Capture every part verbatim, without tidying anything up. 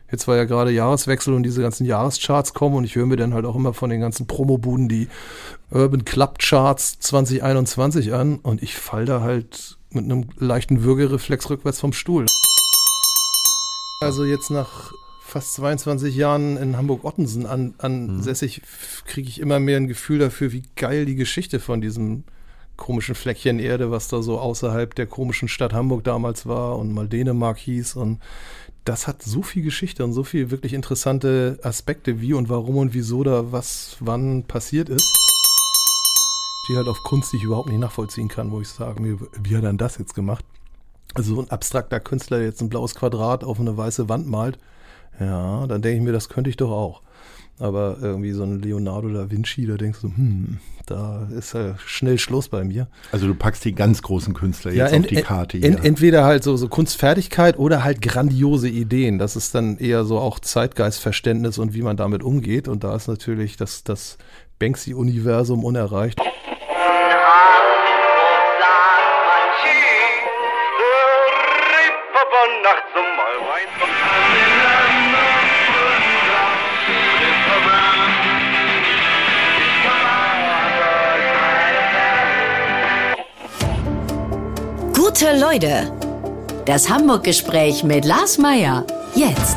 Jetzt war ja gerade Jahreswechsel und diese ganzen Jahrescharts kommen und ich höre mir dann halt auch immer von den ganzen Promobuden die Urban Club Charts zwanzig einundzwanzig an und ich fall da halt mit einem leichten Würgereflex rückwärts vom Stuhl. Also jetzt nach fast zweiundzwanzig Jahren in Hamburg-Ottensen an, ansässig, mhm. kriege ich immer mehr ein Gefühl dafür, wie geil die Geschichte von diesem komischen Fleckchen Erde, was da so außerhalb der komischen Stadt Hamburg damals war und mal Dänemark hieß, und das hat so viel Geschichte und so viel wirklich interessante Aspekte, wie und warum und wieso da was wann passiert ist, die halt auf Kunst, die ich überhaupt nicht nachvollziehen kann, wo ich sage mir, wie hat er denn das jetzt gemacht? Also so ein abstrakter Künstler, der jetzt ein blaues Quadrat auf eine weiße Wand malt, ja, dann denke ich mir, das könnte ich doch auch. Aber irgendwie so ein Leonardo da Vinci, da denkst du, hm, da ist ja schnell Schluss bei mir. Also du packst die ganz großen Künstler ja, jetzt ent, auf die Karte hier. Ent, entweder halt so, so Kunstfertigkeit oder halt grandiose Ideen. Das ist dann eher so auch Zeitgeistverständnis und wie man damit umgeht. Und da ist natürlich das, das Banksy-Universum unerreicht. Gute Leute, das Hamburg-Gespräch mit Lars Meyer, jetzt.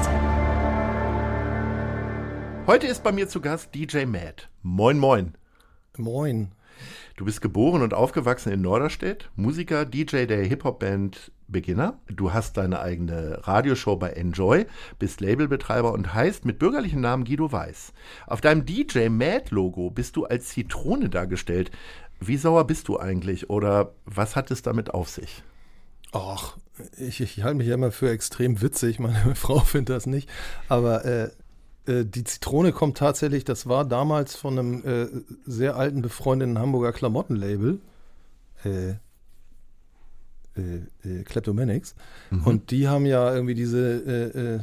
Heute ist bei mir zu Gast D J Matt. Moin, moin. Moin. Du bist geboren und aufgewachsen in Norderstedt, Musiker, D J der Hip-Hop-Band Beginner. Du hast deine eigene Radioshow bei Enjoy, bist Labelbetreiber und heißt mit bürgerlichem Namen Guido Weiß. Auf deinem D J Matt-Logo bist du als Zitrone dargestellt. Wie sauer bist du eigentlich oder was hat es damit auf sich? Ach, ich, ich halte mich ja immer für extrem witzig, meine Frau findet das nicht, aber äh, äh, die Zitrone kommt tatsächlich, das war damals von einem äh, sehr alten, befreundeten Hamburger Klamottenlabel, äh, äh, äh, Kleptomanics, mhm. und die haben ja irgendwie diese äh, äh,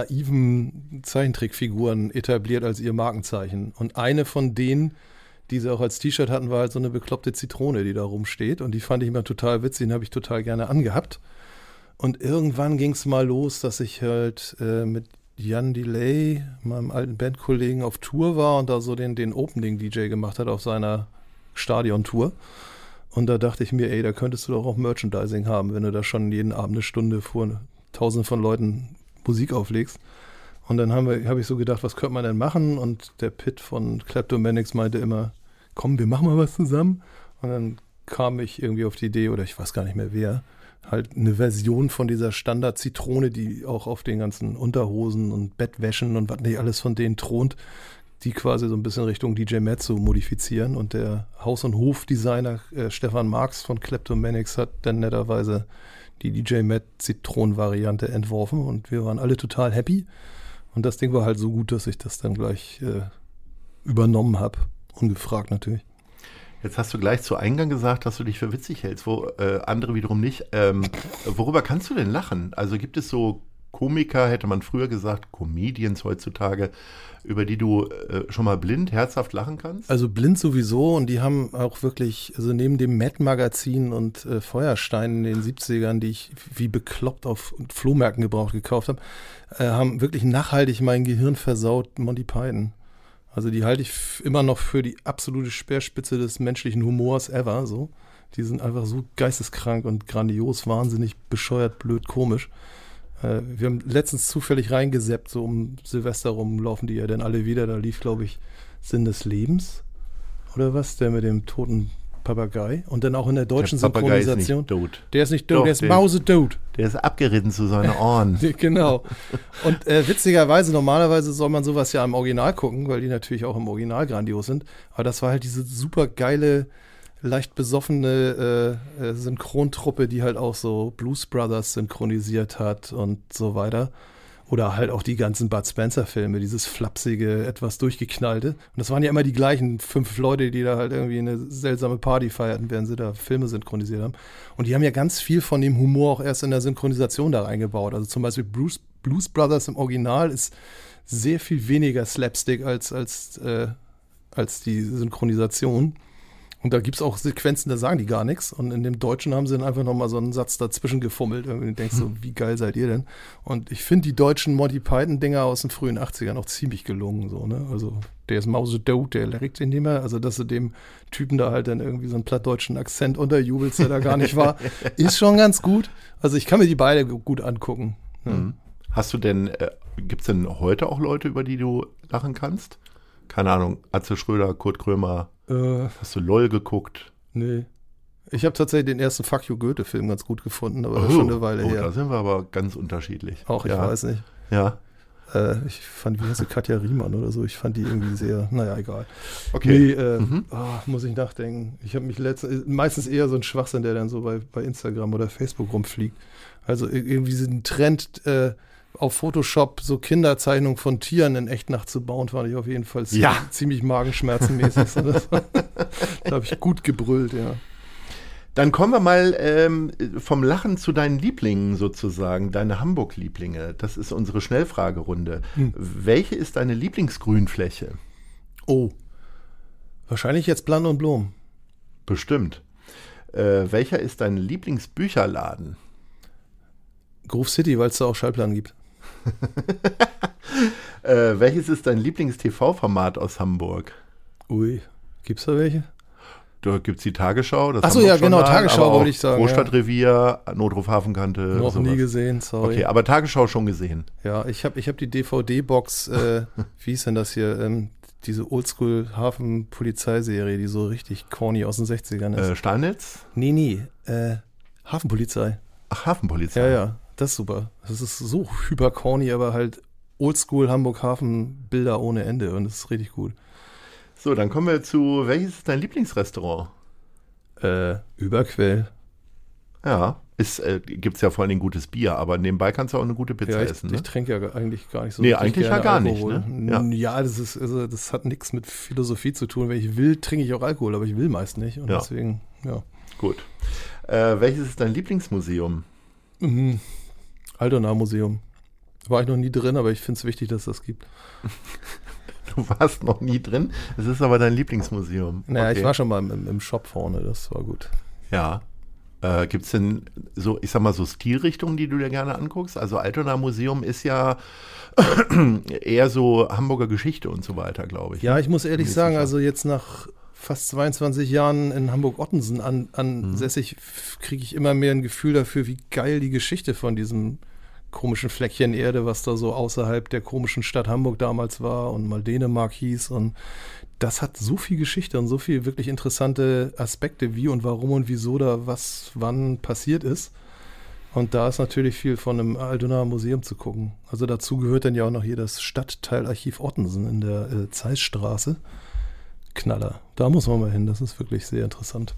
naiven Zeichentrickfiguren etabliert als ihr Markenzeichen und eine von denen, die sie auch als T-Shirt hatten, war halt so eine bekloppte Zitrone, die da rumsteht. Und die fand ich immer total witzig, den habe ich total gerne angehabt. Und irgendwann ging es mal los, dass ich halt äh, mit Jan Delay, meinem alten Bandkollegen, auf Tour war und da so den, den Opening-D J gemacht hat auf seiner Stadion-Tour. Und da dachte ich mir, ey, da könntest du doch auch Merchandising haben, wenn du da schon jeden Abend eine Stunde vor tausenden von Leuten Musik auflegst. Und dann habe hab ich so gedacht, was könnte man denn machen? Und der Pitt von Kleptomanics meinte immer, komm, wir machen mal was zusammen. Und dann kam ich irgendwie auf die Idee, oder ich weiß gar nicht mehr wer, halt eine Version von dieser Standard-Zitrone, die auch auf den ganzen Unterhosen und Bettwäschen und was nicht alles von denen thront, die quasi so ein bisschen Richtung D J Matt zu modifizieren. Und der Haus- und Hofdesigner äh, Stefan Marx von Kleptomanics hat dann netterweise die D J Matt-Zitronen-Variante entworfen und wir waren alle total happy. Und das Ding war halt so gut, dass ich das dann gleich äh, übernommen habe. Ungefragt natürlich. Jetzt hast du gleich zu Eingang gesagt, dass du dich für witzig hältst, wo äh, andere wiederum nicht. Ähm, worüber kannst du denn lachen? Also gibt es so Komiker, hätte man früher gesagt, Comedians heutzutage, über die du äh, schon mal blind, herzhaft lachen kannst? Also blind sowieso, und die haben auch wirklich, also neben dem Mad-Magazin und äh, Feuerstein in den siebzigern, die ich wie bekloppt auf Flohmärkten gebraucht gekauft habe, äh, haben wirklich nachhaltig mein Gehirn versaut, Monty Python. Also die halte ich f- immer noch für die absolute Speerspitze des menschlichen Humors ever, so. Die sind einfach so geisteskrank und grandios, wahnsinnig bescheuert, blöd, komisch. Äh, wir haben letztens zufällig reingeseppt, so um Silvester rum laufen die ja dann alle wieder. Da lief, glaube ich, Sinn des Lebens oder was, der mit dem toten Papagei. Und dann auch in der deutschen der Papagei Synchronisation. Ist nicht tot. Der ist nicht tot, Doch, der ist der mausetot. Der ist abgeritten zu seinen Ohren. Genau. Und äh, witzigerweise, normalerweise soll man sowas ja im Original gucken, weil die natürlich auch im Original grandios sind. Aber das war halt diese super geile, leicht besoffene äh, äh, Synchrontruppe, die halt auch so Blues Brothers synchronisiert hat und so weiter. Oder halt auch die ganzen Bud Spencer-Filme, dieses flapsige, etwas durchgeknallte. Und das waren ja immer die gleichen fünf Leute, die da halt irgendwie eine seltsame Party feierten, während sie da Filme synchronisiert haben. Und die haben ja ganz viel von dem Humor auch erst in der Synchronisation da reingebaut. Also zum Beispiel Bruce, Blues Brothers im Original ist sehr viel weniger Slapstick als, als, äh, als die Synchronisation. Und da gibt es auch Sequenzen, da sagen die gar nichts. Und in dem Deutschen haben sie dann einfach nochmal so einen Satz dazwischen gefummelt. Und du denkst so, wie geil seid ihr denn? Und ich finde die deutschen Monty Python-Dinger aus den frühen achtzigern auch ziemlich gelungen. So, ne? Also der ist Mausedout, der regt ihn nicht mehr. Also dass du dem Typen da halt dann irgendwie so einen plattdeutschen Akzent unterjubelst, der da gar nicht war, ist schon ganz gut. Also ich kann mir die beide gut angucken. Ne? Mhm. Hast du denn, äh, gibt es denn heute auch Leute, über die du lachen kannst? Keine Ahnung, Atze Schröder, Kurt Krömer. Äh, Hast du LOL geguckt? Nee. Ich habe tatsächlich den ersten Fuck You Goethe-Film ganz gut gefunden, aber das ist schon eine Weile oh, her. Da sind wir aber ganz unterschiedlich. Auch, ich ja. weiß nicht. Ja. Äh, ich fand, wie heißt sie, Katja Riemann oder so, ich fand die irgendwie sehr, naja, egal. Okay. Nee, äh, mhm. oh, muss ich nachdenken. Ich habe mich letztens, meistens eher so ein Schwachsinn, der dann so bei, bei Instagram oder Facebook rumfliegt. Also irgendwie diesen Trend, äh, auf Photoshop so Kinderzeichnungen von Tieren in echt nachzubauen, fand ich auf jeden Fall ziemlich, ja. ziemlich magenschmerzenmäßig. So, das, da habe ich gut gebrüllt, ja. Dann kommen wir mal ähm, vom Lachen zu deinen Lieblingen sozusagen, deine Hamburg-Lieblinge. Das ist unsere Schnellfragerunde. Hm. Welche ist deine Lieblingsgrünfläche? Oh, wahrscheinlich jetzt Plan und Blom. Bestimmt. Äh, welcher ist dein Lieblingsbücherladen? Grove City, weil es da auch Schallplatten gibt. äh, welches ist dein Lieblings-T V-Format aus Hamburg? Ui, gibt's da welche? Da gibt es die Tagesschau. Das Achso, ja, genau, Tagesschau wollte ich sagen. Großstadtrevier, ja. Notruf Hafenkante. Noch sowas. Nie gesehen, sorry. Okay, aber Tagesschau schon gesehen. Ja, ich habe ich hab die D V D-Box, äh, wie hieß denn das hier, ähm, diese Oldschool-Hafen-Polizeiserie, die so richtig corny aus den sechzigern ist. Äh, Stahlnetz? Nee, nee, äh, Hafenpolizei. Ach, Hafenpolizei. Ja, ja, das ist super. Das ist so hyper corny, aber halt Oldschool Hamburg-Hafen-Bilder ohne Ende und das ist richtig gut. So, dann kommen wir zu, welches ist dein Lieblingsrestaurant? Äh, Überquell. Ja, es äh, gibt ja vor allem gutes Bier, aber nebenbei kannst du auch eine gute Pizza ja, ich, essen. Ich ne? trinke ja eigentlich gar nicht so. Nee, eigentlich ja gar Alkohol. nicht. Ne? Ja. ja, das ist, also das hat nichts mit Philosophie zu tun. Wenn ich will, trinke ich auch Alkohol, aber ich will meist nicht. Und ja. deswegen, ja. Gut. Äh, welches ist dein Lieblingsmuseum? Mhm. Altona-Museum. War ich noch nie drin, aber ich finde es wichtig, dass es das gibt. Du warst noch nie drin. Es ist aber dein Lieblingsmuseum. Naja, okay. ich war schon mal im, im Shop vorne, das war gut. Ja. Äh, gibt es denn so, ich sag mal, so Stilrichtungen, die du dir gerne anguckst? Also Altona Museum ist ja eher so Hamburger Geschichte und so weiter, glaube ich. Ja, ich muss ehrlich sagen, also jetzt nach fast zweiundzwanzig Jahren in Hamburg-Ottensen an, ansässig, mhm. kriege ich immer mehr ein Gefühl dafür, wie geil die Geschichte von diesem komischen Fleckchen Erde, was da so außerhalb der komischen Stadt Hamburg damals war und mal Dänemark hieß, und das hat so viel Geschichte und so viel wirklich interessante Aspekte, wie und warum und wieso da was wann passiert ist. Und da ist natürlich viel von einem Altonaer Museum zu gucken. Also dazu gehört dann ja auch noch hier das Stadtteilarchiv Ottensen in der äh, Zeissstraße. Knaller. Da muss man mal hin, das ist wirklich sehr interessant.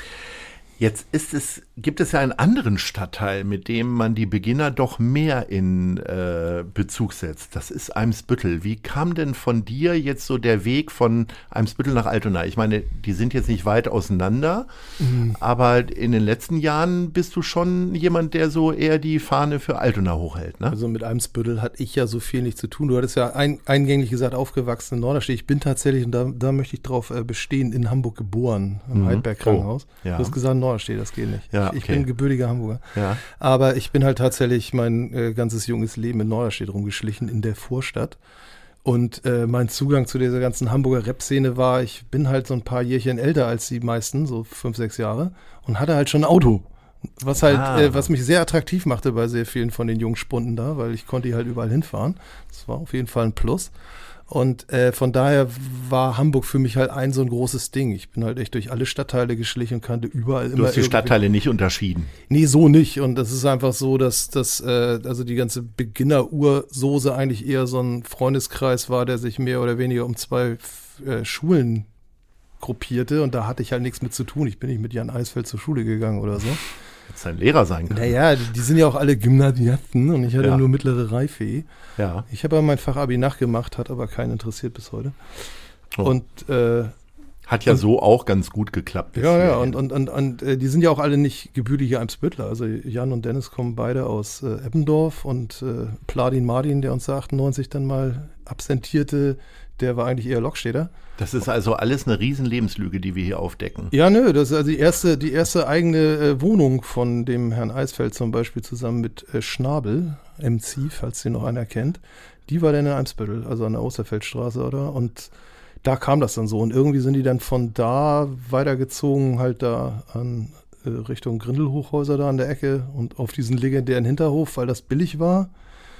Jetzt ist es, gibt es ja einen anderen Stadtteil, mit dem man die Beginner doch mehr in äh, Bezug setzt. Das ist Eimsbüttel. Wie kam denn von dir jetzt so der Weg von Eimsbüttel nach Altona? Ich meine, die sind jetzt nicht weit auseinander, mhm. aber in den letzten Jahren bist du schon jemand, der so eher die Fahne für Altona hochhält, ne? Also mit Eimsbüttel hatte ich ja so viel nicht zu tun. Du hattest ja ein, eingänglich gesagt, aufgewachsen in Norderstedt. Ich bin tatsächlich, und da, da möchte ich drauf äh, bestehen, in Hamburg geboren, im mhm. Heidberg-Krankenhaus. Oh, ja. Du hast gesagt, Norderstedt, das geht nicht. Ja, ich, ich okay. bin gebürtiger Hamburger. Ja. Aber ich bin halt tatsächlich mein äh, ganzes junges Leben in Norderstedt rumgeschlichen, in der Vorstadt. Und äh, mein Zugang zu dieser ganzen Hamburger Rap-Szene war, ich bin halt so ein paar Jährchen älter als die meisten, so fünf, sechs Jahre, und hatte halt schon ein Auto. Was halt, ah. äh, was mich sehr attraktiv machte bei sehr vielen von den jungen Spunden da, weil ich konnte die halt überall hinfahren. Das war auf jeden Fall ein Plus. Und äh, von daher war Hamburg für mich halt ein so ein großes Ding. Ich bin halt echt durch alle Stadtteile geschlichen und kannte überall immer. Du hast die Stadtteile nicht unterschieden? Nee, so nicht. Und das ist einfach so, dass das, äh, also die ganze Beginner-Ursoße eigentlich eher so ein Freundeskreis war, der sich mehr oder weniger um zwei äh, Schulen gruppierte. Und da hatte ich halt nichts mit zu tun. Ich bin nicht mit Jan Eisfeld zur Schule gegangen oder so. Hättest ein Lehrer sein können. Naja, die, die sind ja auch alle Gymnasiasten und ich hatte ja. nur mittlere Reife. Ja. Ich habe aber mein Fachabi nachgemacht, hat aber keinen interessiert bis heute. Oh. Und äh, Hat ja und, so auch ganz gut geklappt. Ja, ja, und, und, und, und äh, die sind ja auch alle nicht gebürtige Eimsbüttler. Also Jan und Dennis kommen beide aus äh, Eppendorf und äh, Pladin Martin, der uns da achtundneunzig dann mal absentierte, der war eigentlich eher Lokstädter. Das ist also alles eine riesen Lebenslüge, die wir hier aufdecken. Ja, nö, das ist also die erste, die erste eigene äh, Wohnung von dem Herrn Eisfeld zum Beispiel zusammen mit äh, Schnabel, M C, falls den noch einer kennt. Die war dann in Eimsbüttel, also an der Osterfeldstraße, oder? Und da kam das dann so. Und irgendwie sind die dann von da weitergezogen, halt da an äh, Richtung Grindelhochhäuser da an der Ecke und auf diesen legendären Hinterhof, weil das billig war.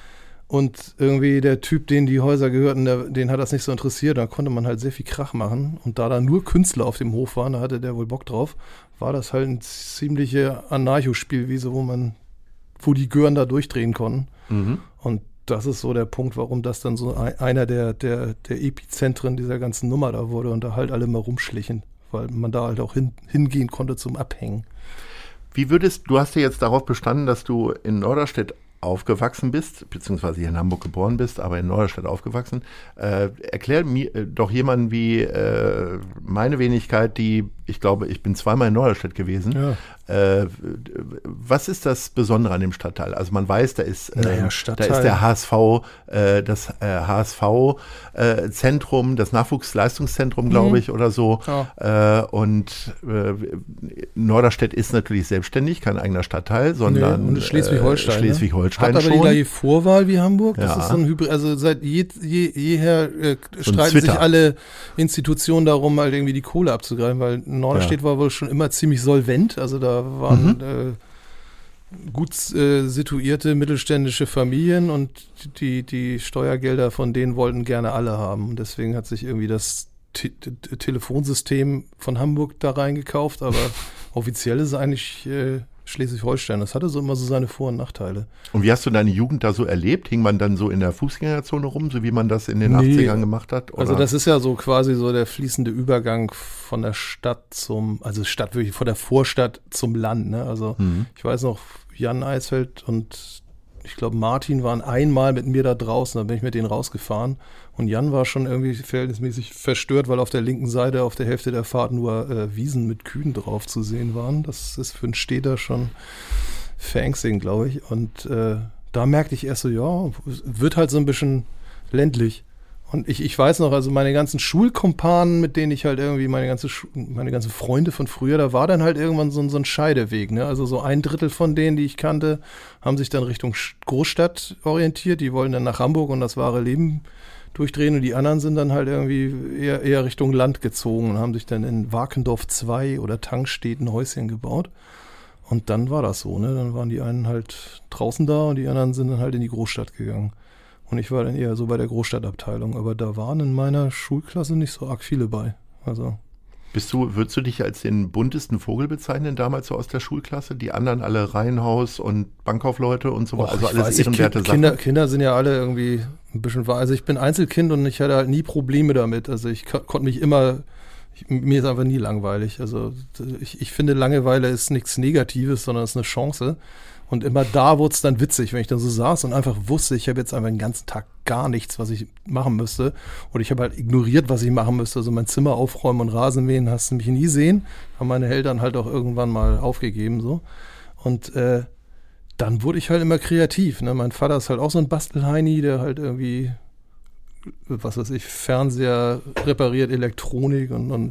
Und irgendwie der Typ, den die Häuser gehörten, der, den hat das nicht so interessiert. Da konnte man halt sehr viel Krach machen. Und da da nur Künstler auf dem Hof waren, da hatte der wohl Bock drauf, war das halt eine ziemliche Anarcho-Spielwiese, wo man, wo die Gören da durchdrehen konnten. Mhm. Und das ist so der Punkt, warum das dann so ein, einer der, der, der Epizentren dieser ganzen Nummer da wurde und da halt alle mal rumschlichen, weil man da halt auch hin, hingehen konnte zum Abhängen. Wie würdest, du hast ja jetzt darauf bestanden, dass du in Norderstedt aufgewachsen bist, beziehungsweise hier in Hamburg geboren bist, aber in Norderstedt aufgewachsen. Äh, erklär mir äh, doch jemanden wie äh, meine Wenigkeit, die, ich glaube, ich bin zweimal in Norderstedt gewesen. Ja. Äh, was ist das Besondere an dem Stadtteil? Also man weiß, da ist, äh, naja, da ist der H S V, äh, das äh, H S V-Zentrum, äh, das Nachwuchsleistungszentrum, glaube mhm. ich, oder so. Ja. Äh, und äh, Norderstedt ist natürlich selbstständig, kein eigener Stadtteil, sondern nee, und Schleswig-Holstein. Äh, Schleswig-Holstein Hat aber schon. die gleiche Vorwahl wie Hamburg. Das ja. ist so ein Hybrid. Also seit je, je, jeher äh, so streiten sich alle Institutionen darum, halt irgendwie die Kohle abzugreifen, weil Norderstedt ja. war wohl schon immer ziemlich solvent. Also da waren mhm. äh, gut äh, situierte mittelständische Familien und die, die Steuergelder von denen wollten gerne alle haben. Und deswegen hat sich irgendwie das Te- Te- Telefonsystem von Hamburg da reingekauft, aber offiziell ist es eigentlich äh, Schleswig-Holstein. Das hatte so immer so seine Vor- und Nachteile. Und wie hast du deine Jugend da so erlebt? Hing man dann so in der Fußgängerzone rum, so wie man das in den nee. achtzigern gemacht hat? Oder? Also das ist ja so quasi so der fließende Übergang von der Stadt zum, also Stadt wirklich von der Vorstadt zum Land. Ne? Also mhm. ich weiß noch, Jan Eisfeld und ich glaube Martin waren einmal mit mir da draußen, da bin ich mit denen rausgefahren. Und Jan war schon irgendwie verhältnismäßig verstört, weil auf der linken Seite auf der Hälfte der Fahrt nur äh, Wiesen mit Kühen drauf zu sehen waren. Das ist für einen Städter schon verängstigend, glaube ich. Und äh, da merkte ich erst so, ja, wird halt so ein bisschen ländlich. Und ich, ich weiß noch, also meine ganzen Schulkumpanen, mit denen ich halt irgendwie, meine ganze Schu- meine ganzen Freunde von früher, da war dann halt irgendwann so, so ein Scheideweg. Ne? Also so ein Drittel von denen, die ich kannte, haben sich dann Richtung Großstadt orientiert. Die wollen dann nach Hamburg und das wahre Leben durchdrehen und die anderen sind dann halt irgendwie eher, eher Richtung Land gezogen und haben sich dann in Wakendorf zwei oder Tankstedt ein Häuschen gebaut. Und dann war das so, ne? Dann waren die einen halt draußen da und die anderen sind dann halt in die Großstadt gegangen. Und ich war dann eher so bei der Großstadtabteilung, aber da waren in meiner Schulklasse nicht so arg viele bei. Also Bist du, würdest du dich als den buntesten Vogel bezeichnen, damals so aus der Schulklasse? Die anderen alle Reihenhaus und Bankkaufleute und so weiter, also alles weiß, ehrenwerte Sachen. Kinder, Kinder sind ja alle irgendwie ein bisschen, also ich bin Einzelkind und ich hatte halt nie Probleme damit. Also ich ko- konnte mich immer, ich, mir ist einfach nie langweilig. Also ich, ich finde, Langeweile ist nichts Negatives, sondern es ist eine Chance. Und immer da wurde es dann witzig, wenn ich dann so saß und einfach wusste, ich habe jetzt einfach den ganzen Tag gar nichts, was ich machen müsste. Und ich habe halt ignoriert, was ich machen müsste. Also mein Zimmer aufräumen und Rasenmähen hast du mich nie sehen. Haben meine Eltern halt auch irgendwann mal aufgegeben. So. Und äh, dann wurde ich halt immer kreativ. Ne? Mein Vater ist halt auch so ein Bastelheini, der halt irgendwie, was weiß ich, Fernseher repariert, Elektronik und, und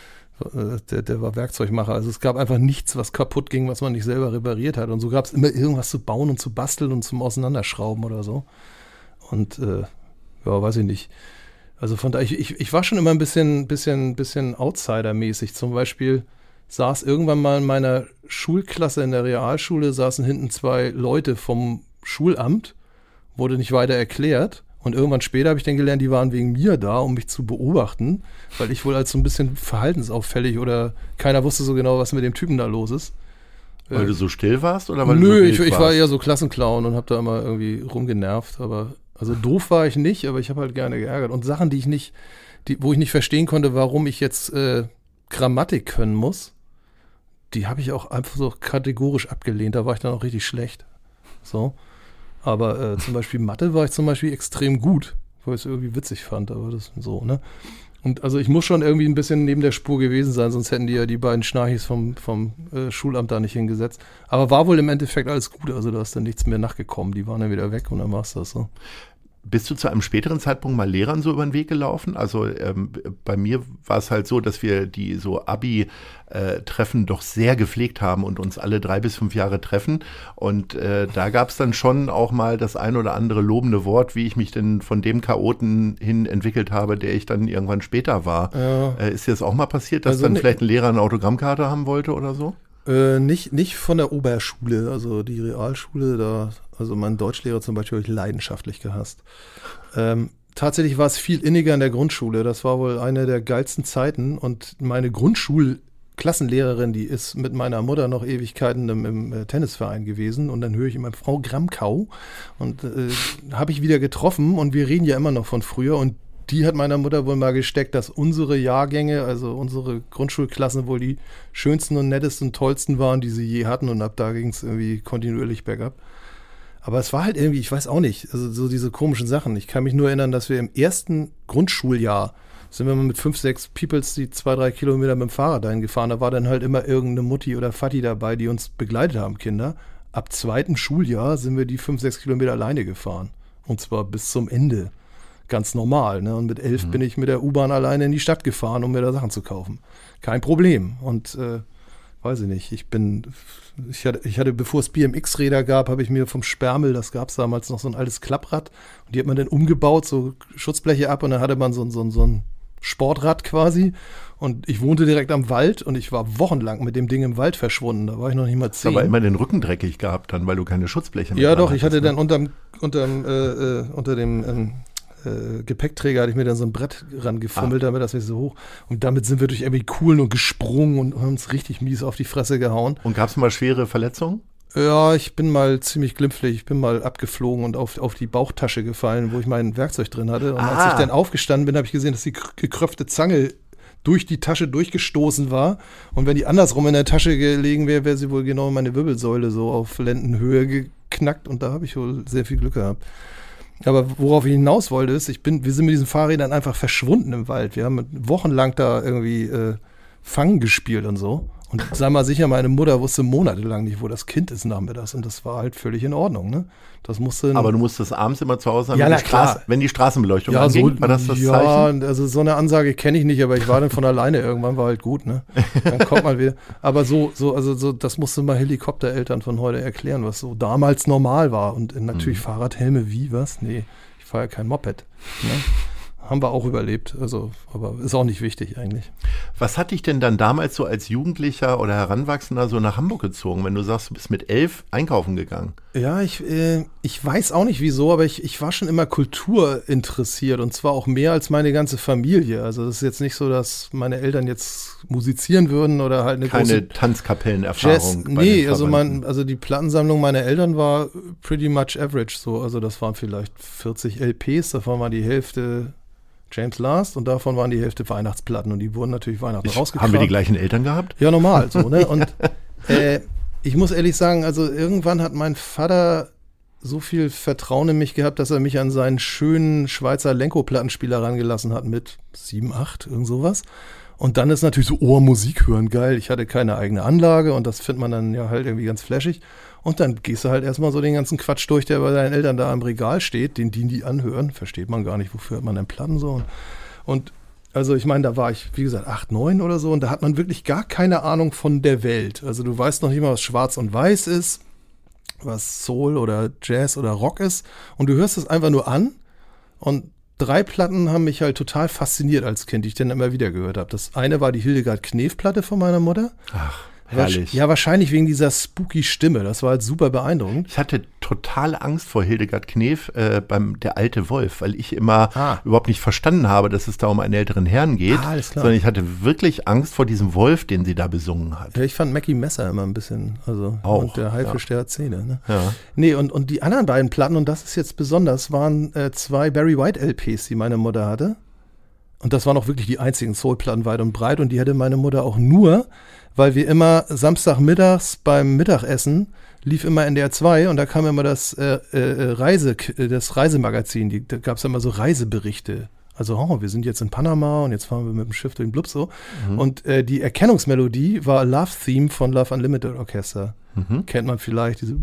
Der, der war Werkzeugmacher. Also es gab einfach nichts, was kaputt ging, was man nicht selber repariert hat. Und so gab es immer irgendwas zu bauen und zu basteln und zum Auseinanderschrauben oder so. Und äh, ja, weiß ich nicht. Also von daher, ich, ich, ich war schon immer ein bisschen, bisschen, bisschen Outsider-mäßig. Zum Beispiel saß irgendwann mal in meiner Schulklasse in der Realschule, saßen hinten zwei Leute vom Schulamt, wurde nicht weiter erklärt. Und irgendwann später habe ich dann gelernt, die waren wegen mir da, um mich zu beobachten, weil ich wohl als so ein bisschen verhaltensauffällig oder keiner wusste so genau, was mit dem Typen da los ist. Weil äh, du so still warst oder weil nö, du so ich, ich warst? war eher so Klassenclown und habe da immer irgendwie rumgenervt. Aber also doof war ich nicht, aber ich habe halt gerne geärgert. Und Sachen, die ich nicht, die, wo ich nicht verstehen konnte, warum ich jetzt äh, Grammatik können muss, die habe ich auch einfach so kategorisch abgelehnt. Da war ich dann auch richtig schlecht. So. Aber äh, zum Beispiel Mathe war ich zum Beispiel extrem gut, weil ich es irgendwie witzig fand, aber das so, ne? Und also ich muss schon irgendwie ein bisschen neben der Spur gewesen sein, sonst hätten die ja die beiden Schnarchis vom, vom äh, Schulamt da nicht hingesetzt. Aber war wohl im Endeffekt alles gut, also da ist dann nichts mehr nachgekommen. Die waren dann wieder weg und dann war es das so. Bist du zu einem späteren Zeitpunkt mal Lehrern so über den Weg gelaufen? Also ähm, bei mir war es halt so, dass wir die so Abi-Treffen doch sehr gepflegt haben und uns alle drei bis fünf Jahre treffen. Und äh, da gab es dann schon auch mal das ein oder andere lobende Wort, wie ich mich denn von dem Chaoten hin entwickelt habe, der ich dann irgendwann später war. Ja. Äh, ist dir das auch mal passiert, dass also dann ne, vielleicht ein Lehrer eine Autogrammkarte haben wollte oder so? Äh, nicht, nicht von der Oberschule, also die Realschule, da, also mein Deutschlehrer zum Beispiel habe ich leidenschaftlich gehasst. Ähm, tatsächlich war es viel inniger in der Grundschule, das war wohl eine der geilsten Zeiten und meine Grundschulklassenlehrerin, die ist mit meiner Mutter noch Ewigkeiten im, im äh, Tennisverein gewesen und dann höre ich immer Frau Gramkau und äh, habe ich wieder getroffen und wir reden ja immer noch von früher und die hat meiner Mutter wohl mal gesteckt, dass unsere Jahrgänge, also unsere Grundschulklassen wohl die schönsten und nettesten und tollsten waren, die sie je hatten und ab da ging es irgendwie kontinuierlich bergab. Aber es war halt irgendwie, ich weiß auch nicht, also so diese komischen Sachen. Ich kann mich nur erinnern, dass wir im ersten Grundschuljahr sind wir mal mit fünf, sechs Peoples die zwei, drei Kilometer mit dem Fahrrad dahin gefahren. Da war dann halt immer irgendeine Mutti oder Vati dabei, die uns begleitet haben, Kinder. Ab zweiten Schuljahr sind wir die fünf, sechs Kilometer alleine gefahren. Und zwar bis zum Ende. Ganz normal. Ne? Und mit elf mhm. bin ich mit der U-Bahn alleine in die Stadt gefahren, um mir da Sachen zu kaufen. Kein Problem. Und äh, weiß ich nicht, ich bin, ich hatte, ich hatte bevor es B M X-Räder gab, habe ich mir vom Spermel, das gab es damals noch so ein altes Klapprad und die hat man dann umgebaut, so Schutzbleche ab und dann hatte man so, so, so ein Sportrad quasi und ich wohnte direkt am Wald und ich war wochenlang mit dem Ding im Wald verschwunden, da war ich noch nicht mal zehn. Aber immer den Rücken dreckig gehabt dann, weil du keine Schutzbleche mehr Ja doch, hattest, ich hatte ne? dann unterm, unterm, äh, äh, unter dem ähm, Äh, Gepäckträger hatte ich mir dann so ein Brett rangefummelt, ah. damit das nicht so hoch. Und damit sind wir durch irgendwie Kuhlen und gesprungen und haben uns richtig mies auf die Fresse gehauen. Und gab es mal schwere Verletzungen? Ja, ich bin mal ziemlich glimpflich. Ich bin mal abgeflogen und auf, auf die Bauchtasche gefallen, wo ich mein Werkzeug drin hatte. Und ah. als ich dann aufgestanden bin, habe ich gesehen, dass die gekröpfte Zange durch die Tasche durchgestoßen war. Und wenn die andersrum in der Tasche gelegen wäre, wäre sie wohl genau in meine Wirbelsäule so auf Lendenhöhe geknackt. Und da habe ich wohl sehr viel Glück gehabt. Aber worauf ich hinaus wollte, ist, ich bin, wir sind mit diesen Fahrrädern einfach verschwunden im Wald. Wir haben wochenlang da irgendwie äh, Fangen gespielt und so. Und sei mal sicher, meine Mutter wusste monatelang nicht, wo das Kind ist nachmittags. Und das war halt völlig in Ordnung. Ne? Das musste. Aber du musstest abends immer zu Hause sein, ja, wenn, na, die Straße, wenn die Straßenbeleuchtung ja, anging, so, war das das ja, Zeichen? Ja, also so eine Ansage kenne ich nicht, aber ich war dann von alleine. Irgendwann war halt gut, ne? Dann kommt man wieder. Aber so, so, also so, das musste mal Helikoptereltern von heute erklären, was so damals normal war. Und natürlich mhm. Fahrradhelme, wie, was? Nee. Ich fahre ja kein Moped. Ne? Haben wir auch überlebt, also, aber ist auch nicht wichtig eigentlich. Was hat dich denn dann damals so als Jugendlicher oder Heranwachsender so nach Hamburg gezogen, wenn du sagst, du bist mit elf einkaufen gegangen? Ja, ich, äh, ich weiß auch nicht wieso, aber ich, ich war schon immer Kultur interessiert und zwar auch mehr als meine ganze Familie. Also das ist jetzt nicht so, dass meine Eltern jetzt musizieren würden oder halt eine Keine große Tanzkapellenerfahrung. Nee, also, mein, also die Plattensammlung meiner Eltern war pretty much average so. Also das waren vielleicht vierzig L Ps, davon war die Hälfte James Last und davon waren die Hälfte Weihnachtsplatten und die wurden natürlich Weihnachten ich, rausgekramt. Haben wir die gleichen Eltern gehabt? Ja, normal so, ne? Und äh, ich muss ehrlich sagen, also irgendwann hat mein Vater so viel Vertrauen in mich gehabt, dass er mich an seinen schönen Schweizer Lenko-Plattenspieler rangelassen hat mit sieben, acht, irgend sowas. Und dann ist natürlich so, oh, Musik hören, geil. Ich hatte keine eigene Anlage und das findet man dann ja halt irgendwie ganz flashig. Und dann gehst du halt erstmal so den ganzen Quatsch durch, der bei deinen Eltern da am Regal steht, den die, die anhören. Versteht man gar nicht, wofür hat man denn Platten so. Und, und also ich meine, da war ich, wie gesagt, acht, neun oder so und da hat man wirklich gar keine Ahnung von der Welt. Also du weißt noch nicht mal, was Schwarz und Weiß ist, was Soul oder Jazz oder Rock ist. Und du hörst es einfach nur an und drei Platten haben mich halt total fasziniert als Kind, die ich dann immer wieder gehört habe. Das eine war die Hildegard Knef-Platte von meiner Mutter. Ach, herrlich. Ja, wahrscheinlich wegen dieser spooky Stimme. Das war halt super beeindruckend. Ich hatte total Angst vor Hildegard Knef äh, beim Der alte Wolf, weil ich immer ah. überhaupt nicht verstanden habe, dass es da um einen älteren Herrn geht. Ah, alles klar. Sondern ich hatte wirklich Angst vor diesem Wolf, den sie da besungen hat. Ja, ich fand Mackie Messer immer ein bisschen, also auch, und der Haifisch, ja. der hat Zähne. Ne? Ja. Nee, und, und die anderen beiden Platten, und das ist jetzt besonders, waren äh, zwei Barry White L Ps, die meine Mutter hatte. Und das waren auch wirklich die einzigen Soul-Platten weit und breit. Und die hatte meine Mutter auch nur, weil wir immer Samstagmittags beim Mittagessen lief immer N D R zwei und da kam immer das äh, äh, Reise, das Reisemagazin. Die, da gab es immer so Reiseberichte. Also, oh, wir sind jetzt in Panama und jetzt fahren wir mit dem Schiff durch den Blub so. Mhm. Und äh, die Erkennungsmelodie war Love Theme von Love Unlimited Orchestra. Mhm. Kennt man vielleicht, diese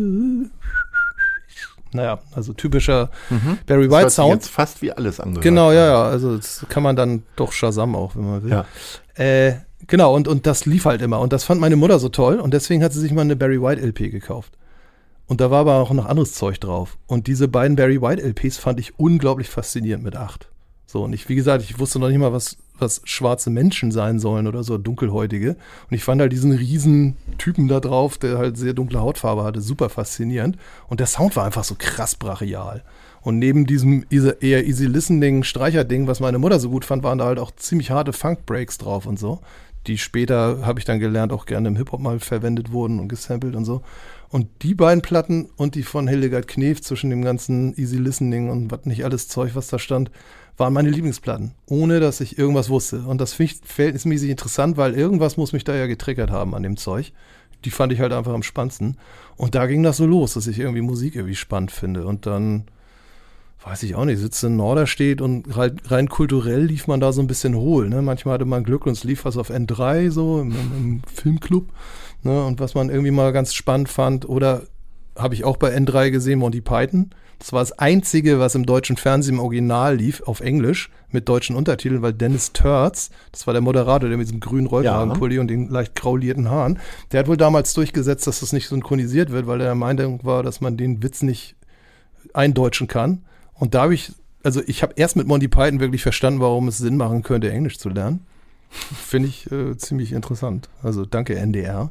naja, also typischer mhm. Barry White Sound. Jetzt fast wie alles angehört. Genau, ja, ja, also das kann man dann doch Shazam auch, wenn man will. Ja. Äh, genau, und, und das lief halt immer und das fand meine Mutter so toll und deswegen hat sie sich mal eine Barry White L P gekauft. Und da war aber auch noch anderes Zeug drauf. Und diese beiden Barry White L Ps fand ich unglaublich faszinierend mit acht. So, und ich, wie gesagt, ich wusste noch nicht mal, was, was schwarze Menschen sein sollen oder so, dunkelhäutige. Und ich fand halt diesen riesen Typen da drauf, der halt sehr dunkle Hautfarbe hatte, super faszinierend. Und der Sound war einfach so krass brachial. Und neben diesem eher easy listening Streicherding, was meine Mutter so gut fand, waren da halt auch ziemlich harte Funk-Breaks drauf und so. Die später, habe ich dann gelernt, auch gerne im Hip-Hop mal verwendet wurden und gesampelt und so. Und die beiden Platten und die von Hildegard Knef zwischen dem ganzen Easy Listening und was nicht alles Zeug, was da stand, waren meine Lieblingsplatten, ohne dass ich irgendwas wusste. Und das finde ich verhältnismäßig interessant, weil irgendwas muss mich da ja getriggert haben an dem Zeug. Die fand ich halt einfach am spannendsten. Und da ging das so los, dass ich irgendwie Musik irgendwie spannend finde. Und dann, weiß ich auch nicht, sitze in Norderstedt und rein, rein kulturell lief man da so ein bisschen hohl. Ne? Manchmal hatte man Glück und es lief was auf N drei, so im, im Filmclub. Ne? Und was man irgendwie mal ganz spannend fand. Oder habe ich auch bei N drei gesehen, Monty Python. Das war das Einzige, was im deutschen Fernsehen im Original lief, auf Englisch, mit deutschen Untertiteln, weil Dennis Turz, das war der Moderator, der mit diesem grünen Rollkragenpulli ja. und den leicht graulierten Haaren, der hat wohl damals durchgesetzt, dass das nicht synchronisiert wird, weil er der Meinung war, dass man den Witz nicht eindeutschen kann. Und da habe ich, also ich habe erst mit Monty Python wirklich verstanden, warum es Sinn machen könnte, Englisch zu lernen. Finde ich äh, ziemlich interessant. Also danke N D R.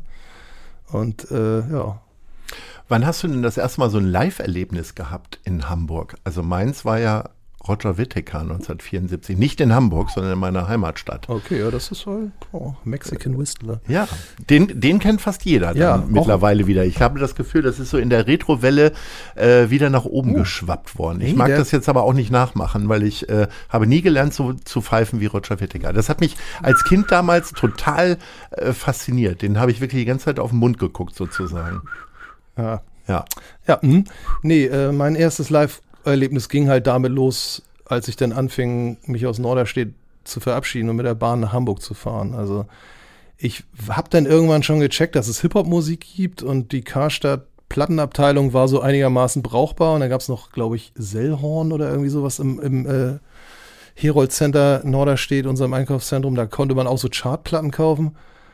Und äh, ja. Wann hast du denn das erste Mal so ein Live-Erlebnis gehabt in Hamburg? Also meins war ja Roger Whittaker neunzehnhundertvierundsiebzig. Nicht in Hamburg, sondern in meiner Heimatstadt. Okay, ja, das ist halt oh, Mexican Whistler. Ja, den, den kennt fast jeder dann ja, mittlerweile wieder. Ich habe das Gefühl, das ist so in der Retrowelle äh, wieder nach oben oh. geschwappt worden. Ich nee, mag das jetzt aber auch nicht nachmachen, weil ich äh, habe nie gelernt so, zu pfeifen wie Roger Whittaker. Das hat mich als Kind damals total äh, fasziniert. Den habe ich wirklich die ganze Zeit auf den Mund geguckt sozusagen. Ja. Ja. Ja, mh. nee, äh, mein erstes Live-Erlebnis ging halt damit los, als ich dann anfing, mich aus Norderstedt zu verabschieden und mit der Bahn nach Hamburg zu fahren. Also ich habe dann irgendwann schon gecheckt, dass es Hip-Hop-Musik gibt und die Karstadt-Plattenabteilung war so einigermaßen brauchbar und dann gab es noch, glaube ich, Sellhorn oder irgendwie sowas im, im äh, Herold Center Norderstedt, unserem Einkaufszentrum. Da konnte man auch so Chartplatten kaufen.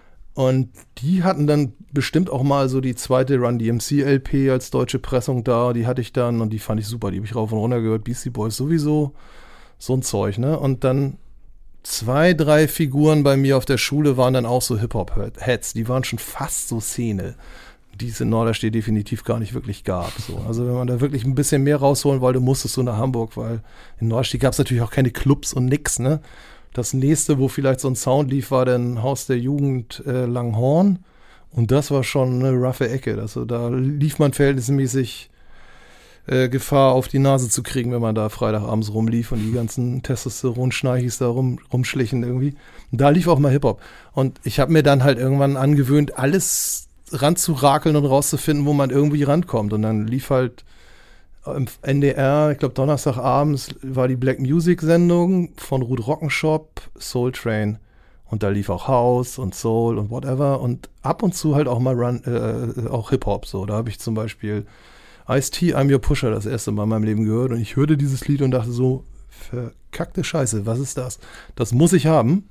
Und die hatten dann bestimmt auch mal so die zweite Run D M C L P als deutsche Pressung da. Die hatte ich dann und die fand ich super. Die habe ich rauf und runter gehört. Beastie Boys sowieso. So ein Zeug, ne? Und dann zwei, drei Figuren bei mir auf der Schule waren dann auch so Hip-Hop-Heads. Die waren schon fast so Szene, die es in Norderstedt definitiv gar nicht wirklich gab. So. Also wenn man da wirklich ein bisschen mehr rausholen wollte, musstest du nach Hamburg, weil in Norderstedt gab es natürlich auch keine Clubs und nix, ne? Das nächste, wo vielleicht so ein Sound lief, war dann Haus der Jugend äh, Langhorn. Und das war schon eine roughe Ecke. Also da lief man verhältnismäßig äh, Gefahr, auf die Nase zu kriegen, wenn man da Freitagabends rumlief und die ganzen Testosteron-Schnarchis da rum, rumschlichen irgendwie. Und da lief auch mal Hip-Hop. Und ich habe mir dann halt irgendwann angewöhnt, alles ranzurakeln und rauszufinden, wo man irgendwie rankommt. Und dann lief halt im N D R, ich glaube Donnerstagabends war die Black Music Sendung von Ruth Rockenshop, Soul Train. Und da lief auch House und Soul und whatever. Und ab und zu halt auch mal Run, äh, auch Hip-Hop. So, da habe ich zum Beispiel Ice-T, I'm Your Pusher das erste Mal in meinem Leben gehört. Und ich hörte dieses Lied und dachte so, verkackte Scheiße, was ist das? Das muss ich haben.